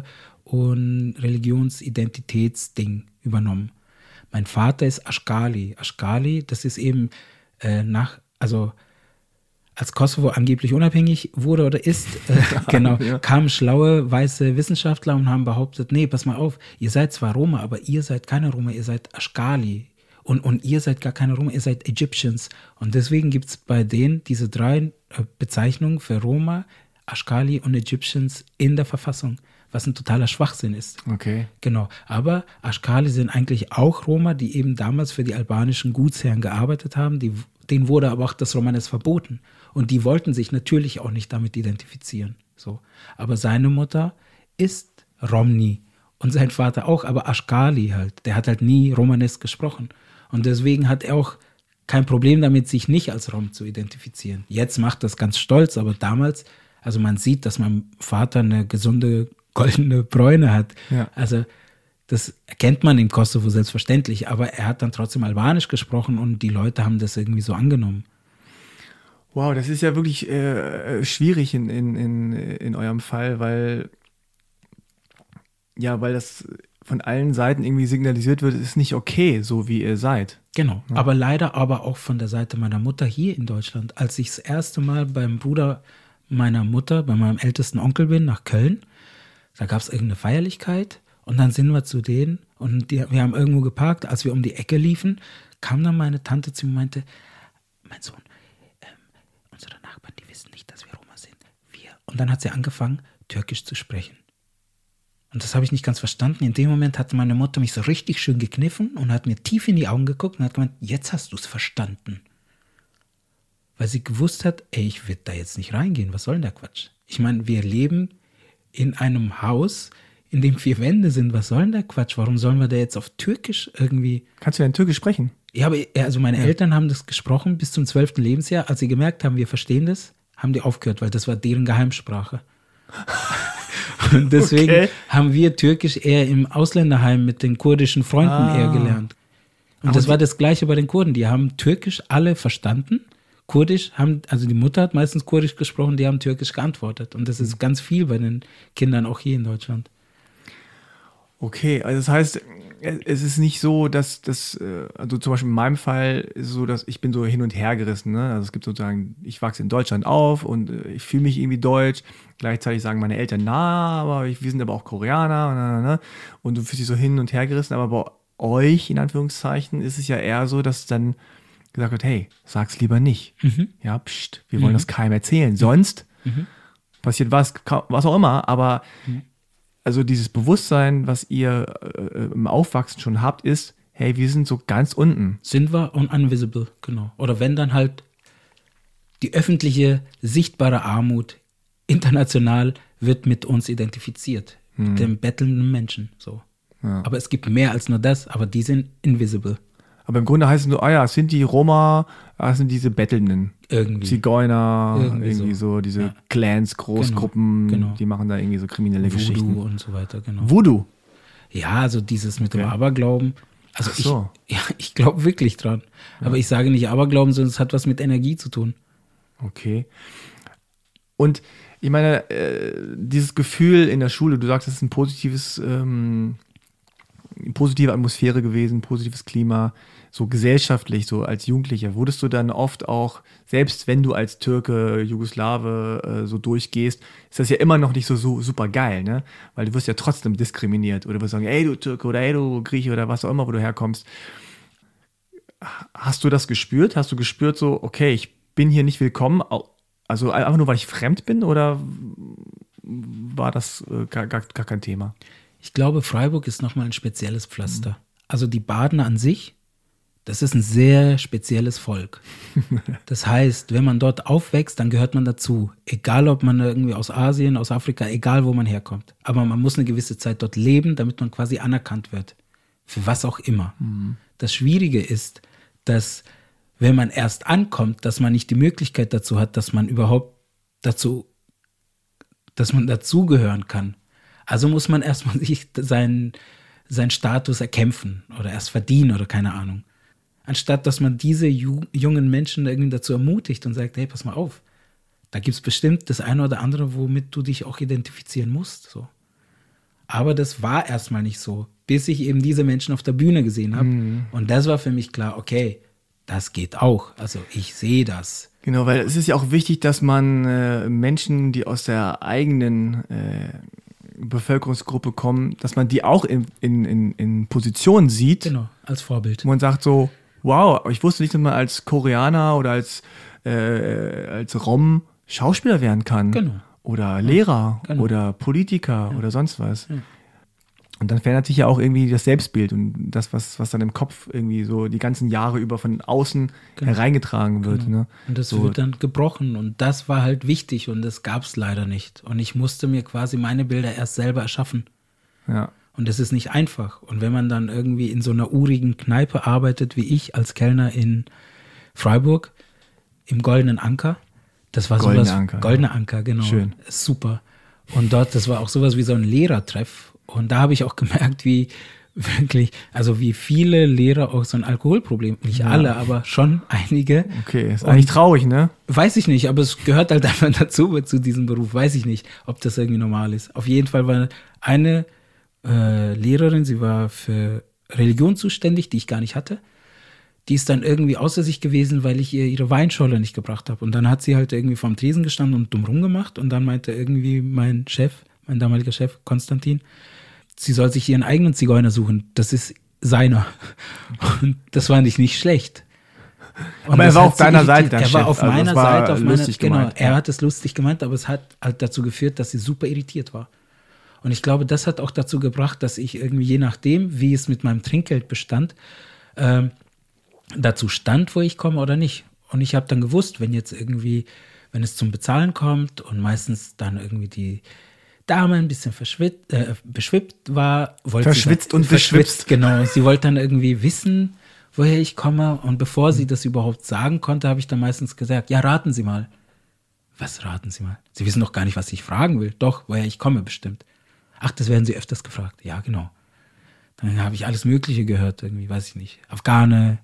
und Religionsidentitätsding übernommen. Mein Vater ist Ashkali. Ashkali, das ist eben äh, nach, also als Kosovo angeblich unabhängig wurde oder ist, äh, genau, ja. kamen schlaue weiße Wissenschaftler und haben behauptet, nee, pass mal auf, ihr seid zwar Roma, aber ihr seid keine Roma, ihr seid Ashkali. Und, und ihr seid gar keine Roma, ihr seid Egyptians. Und deswegen gibt es bei denen diese drei äh, Bezeichnungen für Roma, Ashkali und Egyptians in der Verfassung, was ein totaler Schwachsinn ist. Okay. Genau, aber Ashkali sind eigentlich auch Roma, die eben damals für die albanischen Gutsherren gearbeitet haben, die, denen wurde aber auch das Romanes verboten. Und die wollten sich natürlich auch nicht damit identifizieren. So. Aber seine Mutter ist Romni und sein Vater auch, aber Ashkali halt. Der hat halt nie Romanes gesprochen. Und deswegen hat er auch kein Problem damit, sich nicht als Rom zu identifizieren. Jetzt macht das ganz stolz, aber damals, also man sieht, dass mein Vater eine gesunde goldene Bräune hat. Ja. Also das erkennt man im Kosovo selbstverständlich, aber er hat dann trotzdem Albanisch gesprochen und die Leute haben das irgendwie so angenommen. Wow, das ist ja wirklich äh, schwierig in, in, in, in eurem Fall, weil ja, weil das von allen Seiten irgendwie signalisiert wird, es ist nicht okay, so wie ihr seid. Genau, ja. Aber leider aber auch von der Seite meiner Mutter hier in Deutschland. Als ich das erste Mal beim Bruder meiner Mutter, bei meinem ältesten Onkel bin, nach Köln, da gab es irgendeine Feierlichkeit und dann sind wir zu denen und die, wir haben irgendwo geparkt. Als wir um die Ecke liefen, kam dann meine Tante zu mir und meinte, mein Sohn, ähm, unsere Nachbarn, die wissen nicht, dass wir Roma sind. Wir. Und dann hat sie angefangen, Türkisch zu sprechen. Und das habe ich nicht ganz verstanden. In dem Moment hat meine Mutter mich so richtig schön gekniffen und hat mir tief in die Augen geguckt und hat gemeint, jetzt hast du es verstanden. Weil sie gewusst hat, ey, ich will da jetzt nicht reingehen. Was soll denn der Quatsch? Ich meine, wir leben in einem Haus, in dem vier Wände sind. Was soll denn der Quatsch? Warum sollen wir da jetzt auf Türkisch irgendwie... Kannst du denn Türkisch sprechen? Ja, aber also meine ja. Eltern haben das gesprochen bis zum zwölften Lebensjahr. Als sie gemerkt haben, wir verstehen das, haben die aufgehört, weil das war deren Geheimsprache. Und deswegen okay. haben wir Türkisch eher im Ausländerheim mit den kurdischen Freunden ah. eher gelernt. Und aber das war das Gleiche bei den Kurden. Die haben Türkisch alle verstanden. Kurdisch haben, also die Mutter hat meistens Kurdisch gesprochen, die haben Türkisch geantwortet. Und das ist ganz viel bei den Kindern auch hier in Deutschland. Okay, also das heißt, es ist nicht so, dass das, also zum Beispiel in meinem Fall ist es so, dass ich bin so hin und her gerissen. Ne? Also es gibt sozusagen, ich wachse in Deutschland auf und ich fühle mich irgendwie deutsch. Gleichzeitig sagen meine Eltern, na, aber wir sind aber auch Koreaner. Na, na, na. Und du fühlst dich so hin und her gerissen. Aber bei euch, in Anführungszeichen, ist es ja eher so, dass dann gesagt wird, hey, sag's lieber nicht. Mhm. Ja, pst, wir wollen Mhm. das keinem erzählen. Sonst Mhm. passiert was, was auch immer. Aber Mhm. also dieses Bewusstsein, was ihr äh, im Aufwachsen schon habt, ist, hey, wir sind so ganz unten. Sind wir und invisible, genau. Oder wenn dann halt die öffentliche, sichtbare Armut international wird mit uns identifiziert. Hm. Mit dem bettelnden Menschen, so. Ja. Aber es gibt mehr als nur das, aber die sind invisible. Aber im Grunde heißt es nur, ah ja, es sind die Roma, ah, es sind diese Bettelnden. Irgendwie. Zigeuner, Irgendwie irgendwie so, so. diese Ja. Clans, Großgruppen, Genau, genau. die machen da irgendwie so kriminelle Voodoo Geschichten. und so weiter, genau. Voodoo? Ja, also dieses mit dem Okay. Aberglauben. Also Ach so. ich, ja, ich glaube wirklich dran. Aber ich sage nicht Aberglauben, sondern es hat was mit Energie zu tun. Okay. Und ich meine, äh, dieses Gefühl in der Schule, du sagst, es ist ein positives, ähm, eine positive Atmosphäre gewesen, positives Klima, so gesellschaftlich, so als Jugendlicher. Wurdest du dann oft auch, selbst wenn du als Türke, Jugoslawe äh, so durchgehst, ist das ja immer noch nicht so, so super geil, ne? Weil du wirst ja trotzdem diskriminiert oder wirst sagen, ey du Türke oder ey du Grieche oder was auch immer, wo du herkommst. Hast du das gespürt? Hast du gespürt so, okay, ich bin hier nicht willkommen, also einfach nur, weil ich fremd bin oder war das äh, gar, gar, gar kein Thema? Ich glaube, Freiburg ist nochmal ein spezielles Pflaster. Also die Badener an sich, das ist ein sehr spezielles Volk. Das heißt, wenn man dort aufwächst, dann gehört man dazu. Egal, ob man irgendwie aus Asien, aus Afrika, egal, wo man herkommt. Aber man muss eine gewisse Zeit dort leben, damit man quasi anerkannt wird. Für was auch immer. Mhm. Das Schwierige ist, dass, wenn man erst ankommt, dass man nicht die Möglichkeit dazu hat, dass man überhaupt dazu, dass man dazugehören kann. Also muss man erstmal sich seinen, seinen Status erkämpfen oder erst verdienen oder keine Ahnung. Anstatt, dass man diese ju- jungen Menschen irgendwie dazu ermutigt und sagt, hey, pass mal auf, da gibt es bestimmt das eine oder andere, womit du dich auch identifizieren musst. So. Aber das war erstmal nicht so, bis ich eben diese Menschen auf der Bühne gesehen habe. Mhm. Und das war für mich klar, okay, das geht auch. Also ich sehe das. Genau, weil es ist ja auch wichtig, dass man äh, Menschen, die aus der eigenen äh, Bevölkerungsgruppe kommen, dass man die auch in, in, in, in Positionen sieht. Genau, als Vorbild. Wo man sagt so, wow, ich wusste nicht, dass man als Koreaner oder als, äh, als Rom Schauspieler werden kann. Genau. Oder Lehrer genau. oder Politiker ja. oder sonst was. Ja. Und dann verändert sich ja auch irgendwie das Selbstbild und das, was, was dann im Kopf irgendwie so die ganzen Jahre über von außen genau. hereingetragen wird. Genau. Ne? Und das so. wird dann gebrochen und das war halt wichtig und das gab es leider nicht. Und ich musste mir quasi meine Bilder erst selber erschaffen. Ja. Und das ist nicht einfach. Und wenn man dann irgendwie in so einer urigen Kneipe arbeitet, wie ich als Kellner in Freiburg, im Goldenen Anker, das war Goldene sowas, Anker, Goldene ja. Anker, genau. Schön. Super. Und dort, das war auch sowas wie so ein Lehrertreff. Und da habe ich auch gemerkt, wie wirklich, also wie viele Lehrer auch so ein Alkoholproblem, nicht ja. alle, aber schon einige. Okay, ist eigentlich traurig, ne? Weiß ich nicht, aber es gehört halt einfach dazu, zu diesem Beruf. Weiß ich nicht, ob das irgendwie normal ist. Auf jeden Fall war eine äh, Lehrerin, sie war für Religion zuständig, die ich gar nicht hatte. Die ist dann irgendwie außer sich gewesen, weil ich ihr ihre Weinscholle nicht gebracht habe. Und dann hat sie halt irgendwie vorm Tresen gestanden und dumm rumgemacht. Und dann meinte irgendwie mein Chef, mein damaliger Chef, Konstantin, sie soll sich ihren eigenen Zigeuner suchen. Das ist seiner. Und das fand ich nicht schlecht. Und aber er war auf deiner Seite, dein Er Chef. war auf also meiner Seite, auf meiner, genau, gemeint, er ja. hat es lustig gemeint, aber es hat halt dazu geführt, dass sie super irritiert war. Und ich glaube, das hat auch dazu gebracht, dass ich irgendwie, je nachdem, wie es mit meinem Trinkgeld bestand, ähm, dazu stand, wo ich komme oder nicht. Und ich habe dann gewusst, wenn jetzt irgendwie, wenn es zum Bezahlen kommt und meistens dann irgendwie die Dame ein bisschen verschwitzt, äh, beschwippt war. Wollte verschwitzt sie, und verschwitzt, genau. Sie wollte dann irgendwie wissen, woher ich komme. Und bevor sie das überhaupt sagen konnte, habe ich dann meistens gesagt, ja, raten Sie mal. Was raten Sie mal? Sie wissen doch gar nicht, was ich fragen will. Doch, woher ich komme bestimmt. Ach, das werden Sie öfters gefragt. Ja, genau. Dann habe ich alles Mögliche gehört, irgendwie, weiß ich nicht. Afghane,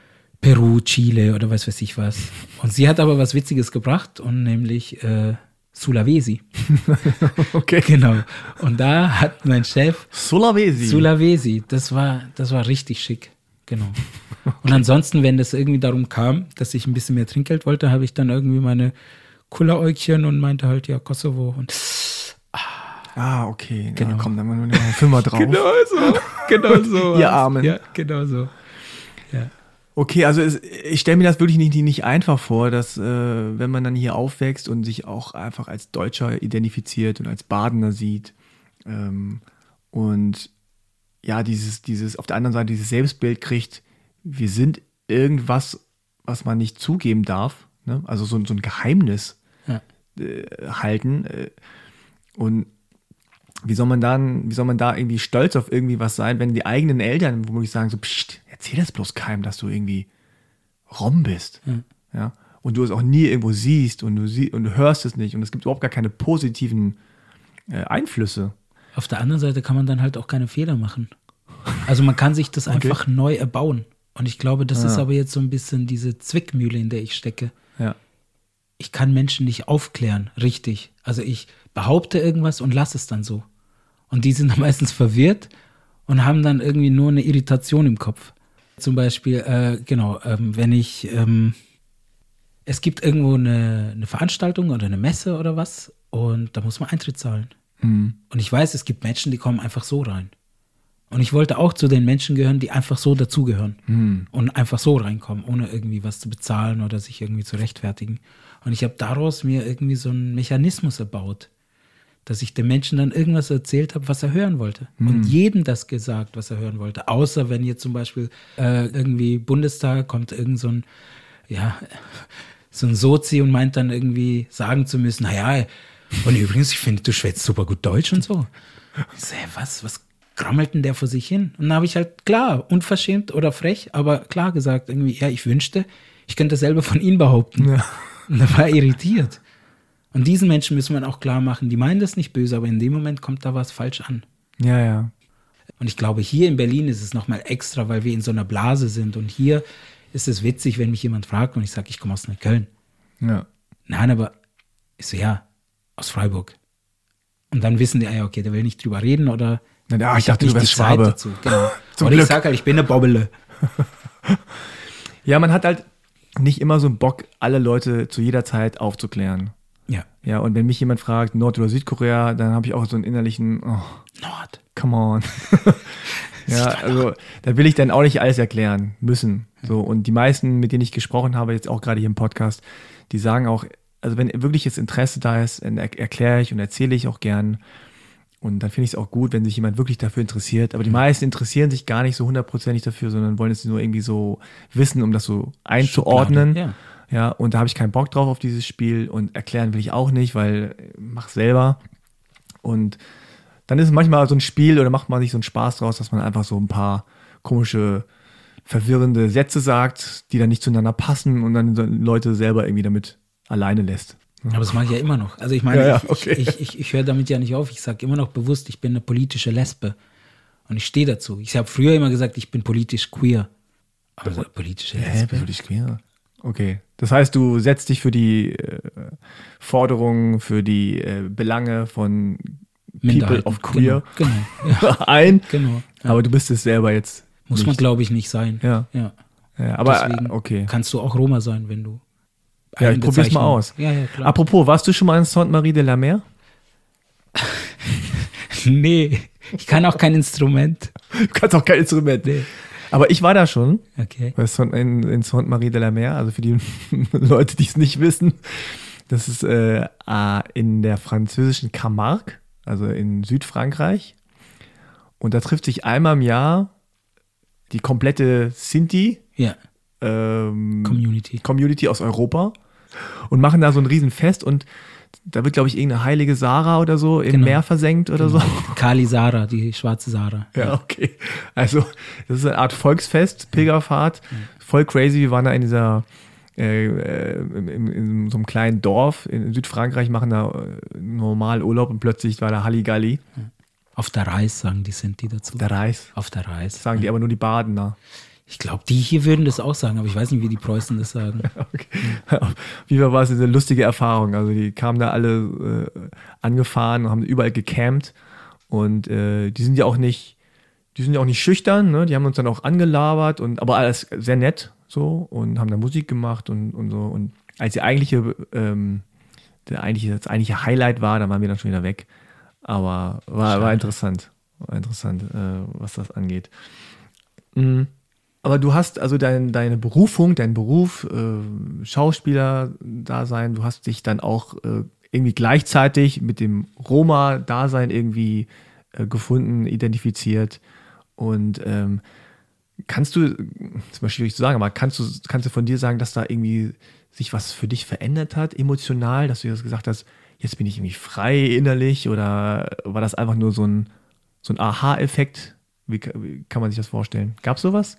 Peru, Chile oder was weiß ich was. Und sie hat aber was Witziges gebracht und nämlich äh, Sulawesi. Okay. Genau. Und da hat mein Chef Sulawesi. Sulawesi, das war, das war richtig schick. Genau. Okay. Und ansonsten, wenn das irgendwie darum kam, dass ich ein bisschen mehr Trinkgeld wollte, habe ich dann irgendwie meine Kulleräugchen und meinte halt, ja, Kosovo. Und ah, okay. Genau. Ja, komm, dann machen wir noch einen Fünfer drauf. genau so. Genau so. Ihr Armen. Ja, genau so. Ja. Okay, also es, ich stelle mir das wirklich nicht, nicht einfach vor, dass äh, wenn man dann hier aufwächst und sich auch einfach als Deutscher identifiziert und als Badener sieht ähm, und ja, dieses, dieses, auf der anderen Seite dieses Selbstbild kriegt, wir sind irgendwas, was man nicht zugeben darf, ne? Also so, so ein Geheimnis Ja. äh, halten äh, und wie soll man dann, wie soll man da irgendwie stolz auf irgendwie was sein, wenn die eigenen Eltern womöglich sagen so, pst, erzähl das bloß keinem, dass du irgendwie Rom bist. Ja. Ja? Und du es auch nie irgendwo siehst und du, sie und du hörst es nicht und es gibt überhaupt gar keine positiven äh, Einflüsse. Auf der anderen Seite kann man dann halt auch keine Fehler machen. Also man kann sich das Okay. einfach neu erbauen. Und ich glaube, das Ah. ist aber jetzt so ein bisschen diese Zwickmühle, in der ich stecke. Ja. Ich kann Menschen nicht aufklären, richtig. Also ich behaupte irgendwas und lasse es dann so. Und die sind dann meistens verwirrt und haben dann irgendwie nur eine Irritation im Kopf. Zum Beispiel, äh, genau, ähm, wenn ich, ähm, es gibt irgendwo eine, eine Veranstaltung oder eine Messe oder was und da muss man Eintritt zahlen. Mhm. Und ich weiß, es gibt Menschen, die kommen einfach so rein. Und ich wollte auch zu den Menschen gehören, die einfach so dazugehören Mhm. und einfach so reinkommen, ohne irgendwie was zu bezahlen oder sich irgendwie zu rechtfertigen. Und ich habe daraus mir irgendwie so einen Mechanismus erbaut, dass ich dem Menschen dann irgendwas erzählt habe, was er hören wollte. Mhm. Und jedem das gesagt, was er hören wollte. Außer wenn jetzt zum Beispiel äh, irgendwie Bundestag kommt irgend so ein, ja, so ein Sozi und meint dann irgendwie sagen zu müssen, naja, und übrigens, ich finde, du schwätzt super gut Deutsch und so. Ich so, hey, was, was grammelt denn der vor sich hin? Und dann habe ich halt klar, unverschämt oder frech, aber klar gesagt, irgendwie, ja, ich wünschte, ich könnte dasselbe von Ihnen behaupten. Ja. Und da war er irritiert. Und diesen Menschen müssen wir auch klar machen, die meinen das nicht böse, aber in dem Moment kommt da was falsch an. Ja, ja. Und ich glaube, hier in Berlin ist es nochmal extra, weil wir in so einer Blase sind. Und hier ist es witzig, wenn mich jemand fragt und ich sage, ich komme aus Neukölln. Ja. Nein, aber ich so, ja, aus Freiburg. Und dann wissen die, ja, okay, der will nicht drüber reden oder Ja, ich dachte, hab du nicht wärst die Zeit Schwabe. dazu. Genau. Zum Oder Glück. ich sage halt, ich bin eine Bobbele. Ja, man hat halt nicht immer so einen Bock, alle Leute zu jeder Zeit aufzuklären. Ja. Ja, und wenn mich jemand fragt, Nord- oder Südkorea, dann habe ich auch so einen innerlichen, oh, Nord. come on. Ja, also da will ich dann auch nicht alles erklären müssen. So, und die meisten, mit denen ich gesprochen habe, jetzt auch gerade hier im Podcast, die sagen auch, also wenn wirkliches Interesse da ist, dann er- erkläre ich und erzähle ich auch gern. Und dann finde ich es auch gut, wenn sich jemand wirklich dafür interessiert. Aber die meisten interessieren sich gar nicht so hundertprozentig dafür, sondern wollen es nur irgendwie so wissen, um das so einzuordnen. Schublade, Ja, und da habe ich keinen Bock drauf auf dieses Spiel und erklären will ich auch nicht, weil äh, mach selber. Und dann ist es manchmal so ein Spiel oder macht man sich so einen Spaß draus, dass man einfach so ein paar komische, verwirrende Sätze sagt, die dann nicht zueinander passen und dann so Leute selber irgendwie damit alleine lässt. Aber das mache ich ja immer noch. Also ich meine, Ja, ja, ich, okay. ich, ich, ich, ich höre damit ja nicht auf. Ich sage immer noch bewusst, ich bin eine politische Lesbe. Und ich stehe dazu. Ich habe früher immer gesagt, ich bin politisch queer. Also politische Lesbe. Hä, ich queer? Okay. Das heißt, du setzt dich für die äh, Forderungen, für die äh, Belange von People Minderheiten. of Queer Genau, genau. Ja, ein, genau. Ja. aber du bist es selber jetzt. Muss nicht. man, glaube ich, nicht sein. Ja. Ja. Ja, aber Deswegen äh, okay. kannst du auch Roma sein, wenn du. Ja, eine ich probier's mal Bezeichnung- aus. Ja, ja, klar. Apropos, warst du schon mal in Sainte-Marie de la Mer? Nee, ich kann auch kein Instrument. Du kannst auch kein Instrument. Nee. Aber ich war da schon Okay. bei Saint- in, in Sainte-Marie de la Mer, also für die Leute, die es nicht wissen. Das ist äh, äh, in der französischen Camargue, also in Südfrankreich. Und da trifft sich einmal im Jahr die komplette Sinti Ja, ähm, Community. Community aus Europa und machen da so ein Riesenfest und da wird, glaube ich, irgendeine heilige Sarah oder so im Genau. Meer versenkt oder so. Kali Sarah, die schwarze Sarah. Ja, okay. Also, das ist eine Art Volksfest, Pilgerfahrt. Voll crazy. Wir waren da in dieser, äh, äh, in, in, in so einem kleinen Dorf in Südfrankreich, machen da äh, normal Urlaub und plötzlich war da Halligalli. Auf der Reis sagen die Sinti dazu. Der Reis. Auf der Reis. Sagen die aber nur die Badener. Ich glaube, die hier würden das auch sagen, aber ich weiß nicht, wie die Preußen das sagen. Okay. Auf jeden Fall war es eine lustige Erfahrung. Also die kamen da alle äh, angefahren und haben überall gecampt. Und äh, die sind ja auch nicht, die sind ja auch nicht schüchtern, ne? Die haben uns dann auch angelabert und aber alles sehr nett so und haben da Musik gemacht und, und so. Und als die eigentliche, ähm, der eigentliche, das eigentliche Highlight war, dann waren wir dann schon wieder weg. Aber war, war interessant. War interessant, äh, was das angeht. Mhm. Aber du hast also dein, deine Berufung, dein Beruf, äh, Schauspieler-Dasein, du hast dich dann auch äh, irgendwie gleichzeitig mit dem Roma-Dasein irgendwie äh, gefunden, identifiziert. Und ähm, kannst du, das ist mal schwierig zu sagen, aber kannst du, kannst du von dir sagen, dass da irgendwie sich was für dich verändert hat, emotional, dass du jetzt gesagt hast, jetzt bin ich irgendwie frei innerlich oder war das einfach nur so ein, so ein Aha-Effekt? Wie, wie kann man sich das vorstellen? Gab es sowas?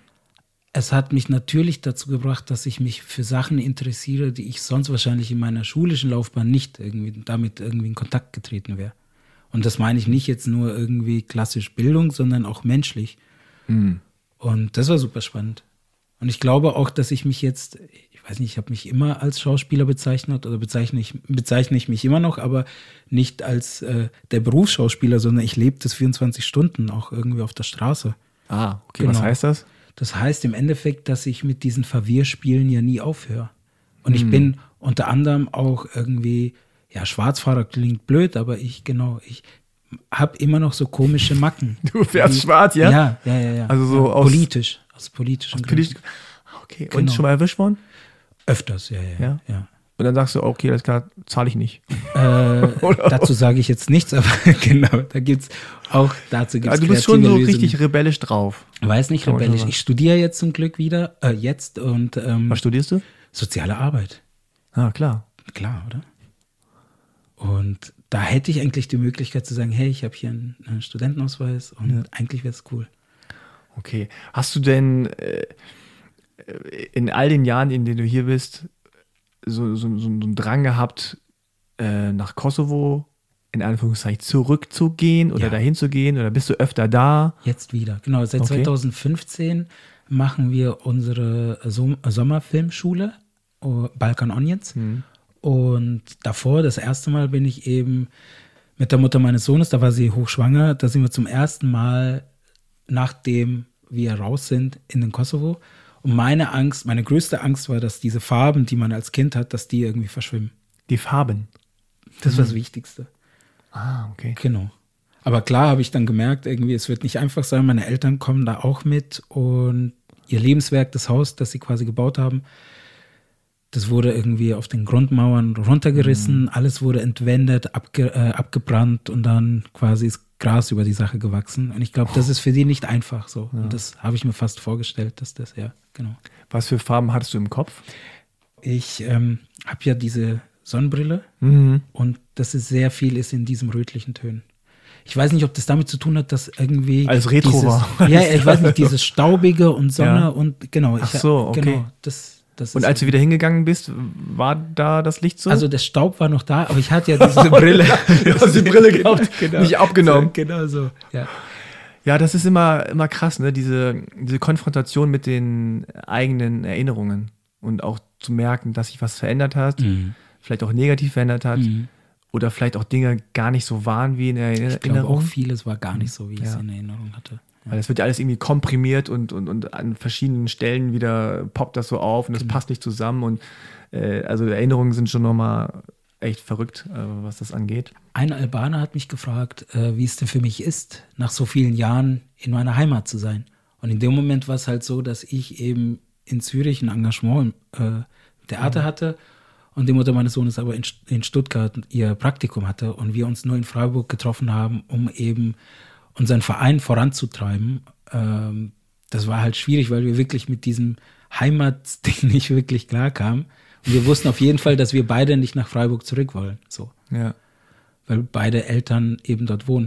Es hat mich natürlich dazu gebracht, dass ich mich für Sachen interessiere, die ich sonst wahrscheinlich in meiner schulischen Laufbahn nicht irgendwie damit irgendwie in Kontakt getreten wäre. Und das meine ich nicht jetzt nur irgendwie klassisch Bildung, sondern auch menschlich. Mhm. Und das war super spannend. Und ich glaube auch, dass ich mich jetzt, ich weiß nicht, ich habe mich immer als Schauspieler bezeichnet oder bezeichne ich, bezeichne ich mich immer noch, aber nicht als äh, der Berufsschauspieler, sondern ich lebe das vierundzwanzig Stunden auch irgendwie auf der Straße. Ah, okay, genau. Was heißt das? Das heißt im Endeffekt, dass ich mit diesen Verwirrspielen ja nie aufhöre. Und ich hm. bin unter anderem auch irgendwie, ja, Schwarzfahrer klingt blöd, aber ich, genau, ich habe immer noch so komische Macken. Du fährst die, schwarz, ja? Ja, ja, ja. ja. Also so ja, aus politisch, aus politischen aus politisch, okay, genau. Und schon mal erwischt worden? Öfters, ja, ja, ja. ja. Und dann sagst du, okay, das zahle ich nicht. Äh, dazu sage ich jetzt nichts, aber genau, da gibt es auch, dazu gibt es also du bist schon so Lösungen. Richtig rebellisch drauf. Weiß nicht rebellisch. Ich studiere jetzt zum Glück wieder, äh, jetzt und ähm, was studierst du? Soziale Arbeit. Ah, klar. Klar, oder? Und da hätte ich eigentlich die Möglichkeit zu sagen, hey, ich habe hier einen, einen Studentenausweis und ja. eigentlich wäre es cool. Okay. Hast du denn äh, in all den Jahren, in denen du hier bist, so, so, so einen Drang gehabt, äh, nach Kosovo in Anführungszeichen zurückzugehen oder ja. dahin zu gehen? Oder bist du öfter da? Jetzt wieder, genau. Seit okay. zwanzig fünfzehn machen wir unsere Som- Sommerfilmschule, uh, Balkan Onions. Mhm. Und davor, das erste Mal bin ich eben mit der Mutter meines Sohnes, da war sie hochschwanger, da sind wir zum ersten Mal, nachdem wir raus sind, in den Kosovo. Und meine Angst, meine größte Angst war, dass diese Farben, die man als Kind hat, dass die irgendwie verschwimmen. Die Farben? Das war das Wichtigste. Ah, okay. Genau. Aber klar habe ich dann gemerkt, irgendwie, es wird nicht einfach sein. Meine Eltern kommen da auch mit und ihr Lebenswerk, das Haus, das sie quasi gebaut haben, das wurde irgendwie auf den Grundmauern runtergerissen, mhm. alles wurde entwendet, abge, äh, abgebrannt und dann quasi ist Gras über die Sache gewachsen. Und ich glaube, das ist für die nicht einfach so. Ja. Und das habe ich mir fast vorgestellt, dass das, ja, genau. Was für Farben hattest du im Kopf? Ich ähm, habe ja diese Sonnenbrille mhm. und das ist sehr viel ist in diesem rötlichen Tönen. Ich weiß nicht, ob das damit zu tun hat, dass irgendwie als Retro dieses, war. Ja, ich weiß nicht, dieses Staubige und Sonne ja. und genau. Ach so, okay. Genau, das, das und als du wieder hingegangen bist, war da das Licht so? Also der Staub war noch da, aber ich hatte ja diese Brille. Du hast die Brille gehabt, genau. Nicht abgenommen. So, genau so, ja. Ja, das ist immer, immer krass, ne? Diese, diese Konfrontation mit den eigenen Erinnerungen und auch zu merken, dass sich was verändert hat, mhm. vielleicht auch negativ verändert hat. Mhm. Oder vielleicht auch Dinge gar nicht so waren wie in Erinnerung. Ich glaube auch vieles war gar nicht so, wie ich es ja. in Erinnerung hatte. Ja. Weil es wird ja alles irgendwie komprimiert und, und, und an verschiedenen Stellen wieder poppt das so auf und das genau. passt nicht zusammen. Und äh, also Erinnerungen sind schon nochmal echt verrückt, äh, was das angeht. Ein Albaner hat mich gefragt, äh, wie es denn für mich ist, nach so vielen Jahren in meiner Heimat zu sein. Und in dem Moment war es halt so, dass ich eben in Zürich ein Engagement im äh, Theater mhm. hatte. Und die Mutter meines Sohnes aber in, in Stuttgart ihr Praktikum hatte und wir uns nur in Freiburg getroffen haben, um eben unseren Verein voranzutreiben. Ähm, das war halt schwierig, weil wir wirklich mit diesem Heimatding nicht wirklich klarkamen. Und wir wussten auf jeden Fall, dass wir beide nicht nach Freiburg zurück wollen. So. Ja. Weil beide Eltern eben dort wohnen.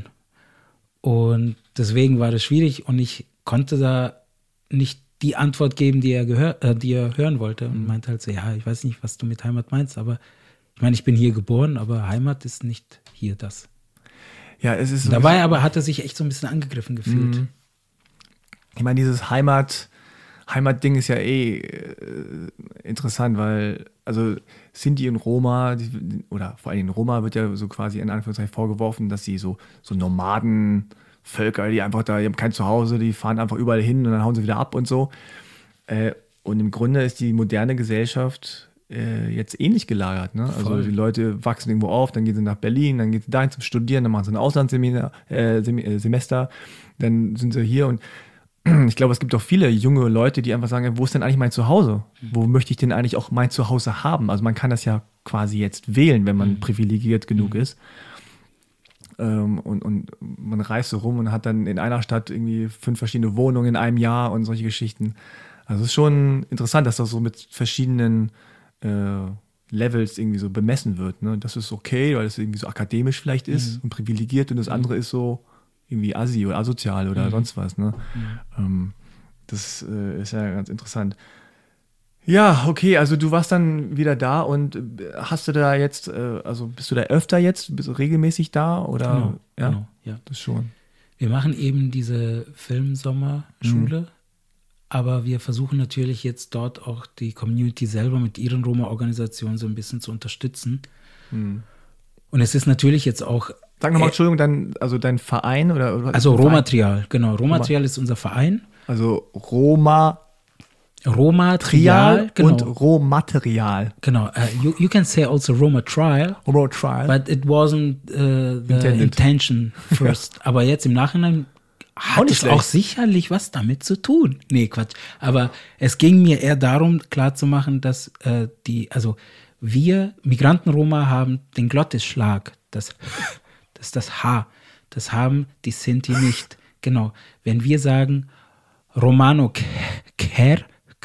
Und deswegen war das schwierig und ich konnte da nicht die Antwort geben, die er, gehör, äh, die er hören wollte. Und meinte halt so, ja, ich weiß nicht, was du mit Heimat meinst, aber ich meine, ich bin hier geboren, aber Heimat ist nicht hier das. Ja, es ist. Dabei aber hat er sich echt so ein bisschen angegriffen gefühlt. Ich meine, dieses Heimat, Heimatding ist ja eh äh, interessant, weil, also Sinti und Roma, die, oder vor allem Roma wird ja so quasi in Anführungszeichen vorgeworfen, dass sie so, so Nomadenvölker, die einfach da, die haben kein Zuhause, die fahren einfach überall hin und dann hauen sie wieder ab und so. Äh, und im Grunde ist die moderne Gesellschaft äh, jetzt ähnlich gelagert. Ne? Also Voll. die Leute wachsen irgendwo auf, dann gehen sie nach Berlin, dann gehen sie dahin zum Studieren, dann machen sie ein Auslandssemester, äh, Sem- äh, Semester, dann sind sie hier und ich glaube, es gibt auch viele junge Leute, die einfach sagen, wo ist denn eigentlich mein Zuhause? Wo möchte ich denn eigentlich auch mein Zuhause haben? Also man kann das ja quasi jetzt wählen, wenn man Mhm. privilegiert genug Mhm. ist. Ähm, und, und man reist so rum und hat dann in einer Stadt irgendwie fünf verschiedene Wohnungen in einem Jahr und solche Geschichten. Also es ist schon interessant, dass das so mit verschiedenen äh, Levels irgendwie so bemessen wird. Ne? Das ist okay, weil es irgendwie so akademisch vielleicht ist Mhm. und privilegiert und das andere ist so irgendwie assi oder asozial oder Mhm. sonst was. Ne? Mhm. Ähm, das äh, ist ja ganz interessant. Ja, okay, also du warst dann wieder da und äh, hast du da jetzt, äh, also bist du da öfter jetzt, bist du regelmäßig da oder? Genau, ja, genau, ja. das schon. Wir machen eben diese Filmsommerschule, Mhm. aber wir versuchen natürlich jetzt dort auch die Community selber mit ihren Roma-Organisationen so ein bisschen zu unterstützen. Mhm. Und es ist natürlich jetzt auch, Sag nochmal, Äh, Entschuldigung, dein, also dein Verein oder? oder also Verein? Rohmaterial, genau, Rohmaterial ist unser Verein. Also Roma Rohmaterial, Trial genau. und Rohmaterial. Genau, uh, you, you can say also Roma Trial, Roma Trial. but it wasn't uh, the Intended. intention first. Aber jetzt im Nachhinein Auch hat nicht es schlecht. auch sicherlich was damit zu tun. Nee, Quatsch. Aber es ging mir eher darum, klarzumachen, dass äh, die, also wir Migranten-Roma haben den Glottisschlag, das, das ist das H. Das haben die Sinti nicht. Genau. Wenn wir sagen Romano Ker,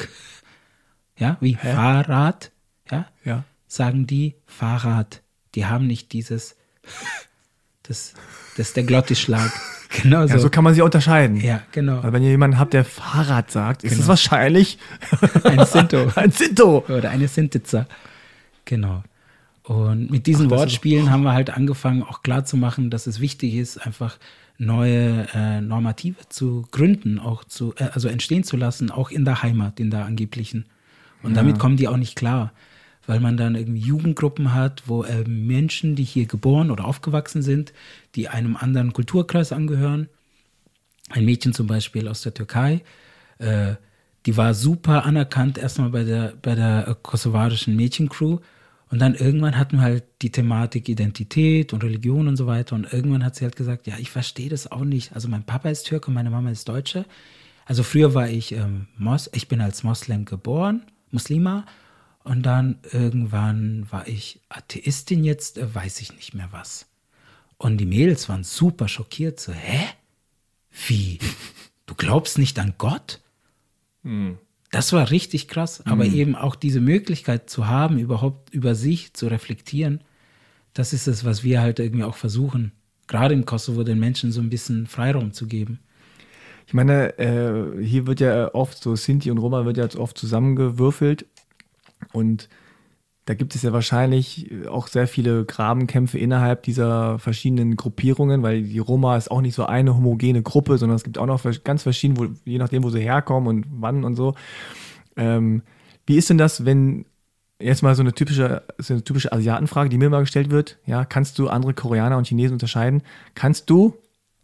ja, wie Hä? Fahrrad, ja, Ja. sagen die Fahrrad. Die haben nicht dieses, das, das ist der Glottisschlag. Genau so. Ja, so kann man sie unterscheiden. Ja, genau. Also wenn ihr jemanden habt, der Fahrrad sagt, ist Genau. es wahrscheinlich Ein Sinto. ein Sinto. Oder eine Sintitzer. Genau. Und mit diesen Ach, das ist Wortspielen haben wir halt angefangen, auch klarzumachen, dass es wichtig ist, einfach neue äh, Normative zu gründen, auch zu, äh, also entstehen zu lassen, auch in der Heimat, in der angeblichen. Und Ja. damit kommen die auch nicht klar, weil man dann irgendwie Jugendgruppen hat, wo äh, Menschen, die hier geboren oder aufgewachsen sind, die einem anderen Kulturkreis angehören. Ein Mädchen zum Beispiel aus der Türkei, äh, die war super anerkannt erstmal bei der, bei der äh, kosovarischen Mädchencrew. Und dann irgendwann hatten wir halt die Thematik Identität und Religion und so weiter. Und irgendwann hat sie halt gesagt, ja, ich verstehe das auch nicht. Also mein Papa ist Türke und meine Mama ist Deutsche. Also früher war ich ähm, Mos, ich bin als Moslem geboren, Muslima. Und dann irgendwann war ich Atheistin, jetzt äh, weiß ich nicht mehr was. Und die Mädels waren super schockiert, so, hä? Wie? Du glaubst nicht an Gott? Hm. Das war richtig krass, aber Mhm. eben auch diese Möglichkeit zu haben, überhaupt über sich zu reflektieren, das ist es, was wir halt irgendwie auch versuchen, gerade im Kosovo den Menschen so ein bisschen Freiraum zu geben. Ich meine, äh, hier wird ja oft so Sinti und Roma wird ja oft zusammengewürfelt und da gibt es ja wahrscheinlich auch sehr viele Grabenkämpfe innerhalb dieser verschiedenen Gruppierungen, weil die Roma ist auch nicht so eine homogene Gruppe, sondern es gibt auch noch ganz verschiedene, wo, je nachdem, wo sie herkommen und wann und so. Ähm, wie ist denn das, wenn jetzt mal so eine typische, so eine typische Asiatenfrage, die mir mal gestellt wird, ja, kannst du andere Koreaner und Chinesen unterscheiden? Kannst du,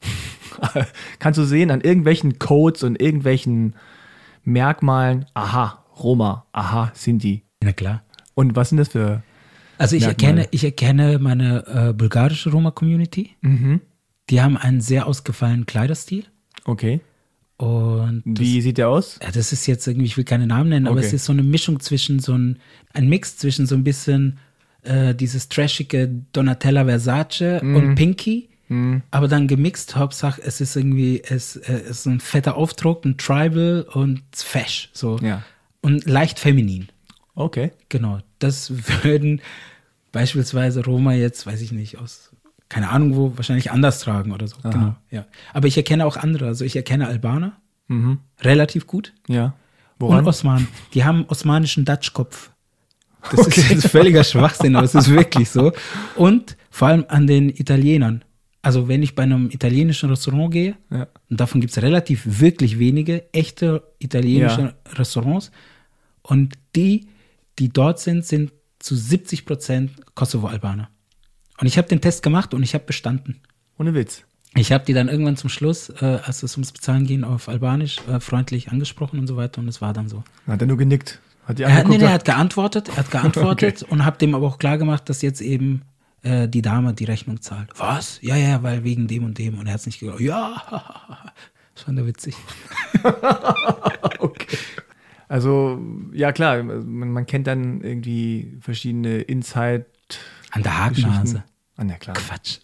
kannst du sehen an irgendwelchen Codes und irgendwelchen Merkmalen, aha, Roma, aha, Sinti. Na klar. Und was sind das für Also ich Merkmale? erkenne, ich erkenne meine äh, bulgarische Roma-Community. Mhm. Die haben einen sehr ausgefallenen Kleiderstil. Okay. Und das, Wie sieht der aus? ja, das ist jetzt irgendwie, ich will keine Namen nennen, aber Okay. es ist so eine Mischung zwischen so ein, ein Mix zwischen so ein bisschen äh, dieses trashige Donatella Versace Mhm. und Pinky, Hm. aber dann gemixt, Hauptsache es ist irgendwie, es, äh, es ist ein fetter Aufdruck, ein Tribal und fesch, so. Ja. Und leicht feminin. Okay. Genau, das würden beispielsweise Roma jetzt, weiß ich nicht, aus, keine Ahnung wo, wahrscheinlich anders tragen oder so. Aha. Genau, ja. Aber ich erkenne auch andere, also ich erkenne Albaner Mhm. relativ gut Ja. und Woran? Osman. Die haben osmanischen Dutchkopf. Das ist jetzt völliger Schwachsinn, aber es ist wirklich so. Und vor allem an den Italienern. Also wenn ich bei einem italienischen Restaurant gehe, Ja. und davon gibt es relativ wirklich wenige echte italienische Ja. Restaurants, und die, die dort sind, sind zu siebzig Prozent Kosovo-Albaner. Und ich habe den Test gemacht und ich habe bestanden. Ohne Witz. Ich habe die dann irgendwann zum Schluss, äh, als es ums Bezahlen ging, auf Albanisch äh, freundlich angesprochen und so weiter, und es war dann so. Hat er nur genickt. Hat die Er hat, nee, angeguckt, nee, er sagt, hat geantwortet, er hat geantwortet und habe dem aber auch klar gemacht, dass jetzt eben äh, die Dame die Rechnung zahlt. Was? Ja, ja, weil wegen dem und dem. Und er hat es nicht geglaubt. Ja, das fand er witzig. okay. Also, ja klar, man, man kennt dann irgendwie verschiedene Inside- An der Hakennase. Geschichten. Ah, na klar. Quatsch.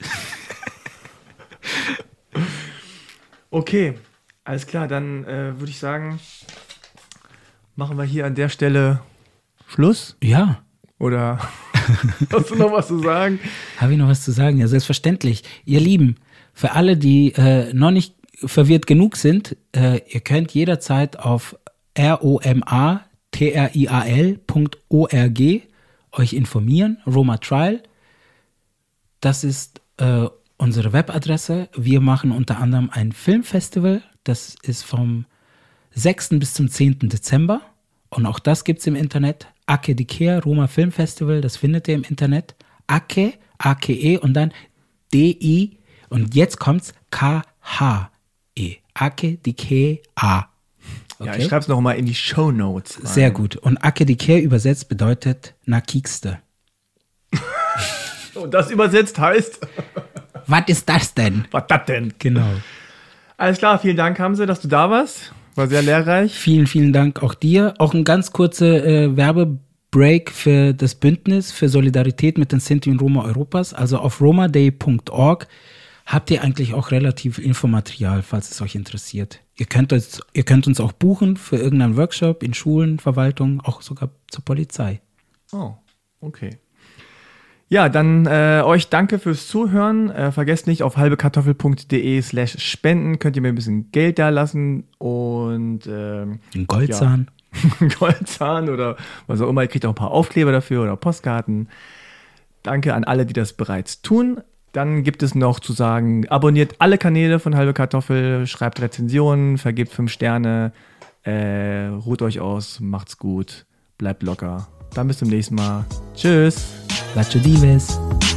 Okay, alles klar, dann äh, würde ich sagen, machen wir hier an der Stelle Schluss. Ja. Oder hast du noch was zu sagen? Habe ich noch was zu sagen? Ja, selbstverständlich. Ihr Lieben, für alle, die äh, noch nicht verwirrt genug sind, äh, ihr könnt jederzeit auf romatrial punkt org euch informieren. Roma Trial. Das ist äh, unsere Webadresse. Wir machen unter anderem ein Filmfestival. Das ist vom sechsten bis zum zehnten Dezember. Und auch das gibt es im Internet. Ake di Kea, Roma Film Festival, das findet ihr im Internet. Ake, A K E und dann D I und jetzt kommt's K H E. Ake di Kea. Ja, Okay? ich schreibe es nochmal in die Shownotes. rein. Sehr gut. Und Ake di Kea übersetzt bedeutet na kiekste. Und das übersetzt heißt, Was ist das denn? was das denn? Genau. Alles klar, vielen Dank, Hamse, dass du da warst. War sehr lehrreich. Vielen, vielen Dank auch dir. Auch ein ganz kurzer äh, Werbebreak für das Bündnis für Solidarität mit den Sinti und Roma Europas. Also auf romaday punkt org habt ihr eigentlich auch relativ Infomaterial, falls es euch interessiert. Ihr könnt uns, ihr könnt uns auch buchen für irgendeinen Workshop in Schulen, Verwaltung, auch sogar zur Polizei. Oh, okay. Ja, dann äh, euch danke fürs Zuhören. Äh, vergesst nicht, auf halbekartoffel.de slash spenden könnt ihr mir ein bisschen Geld da lassen und ähm, Ein Goldzahn. ja, Goldzahn oder was auch immer. Ihr kriegt auch ein paar Aufkleber dafür oder Postkarten. Danke an alle, die das bereits tun. Dann gibt es noch zu sagen, abonniert alle Kanäle von Halbe Kartoffel, schreibt Rezensionen, vergebt fünf Sterne, äh, ruht euch aus, macht's gut, bleibt locker. Dann bis zum nächsten Mal. Tschüss. Lacho Dives.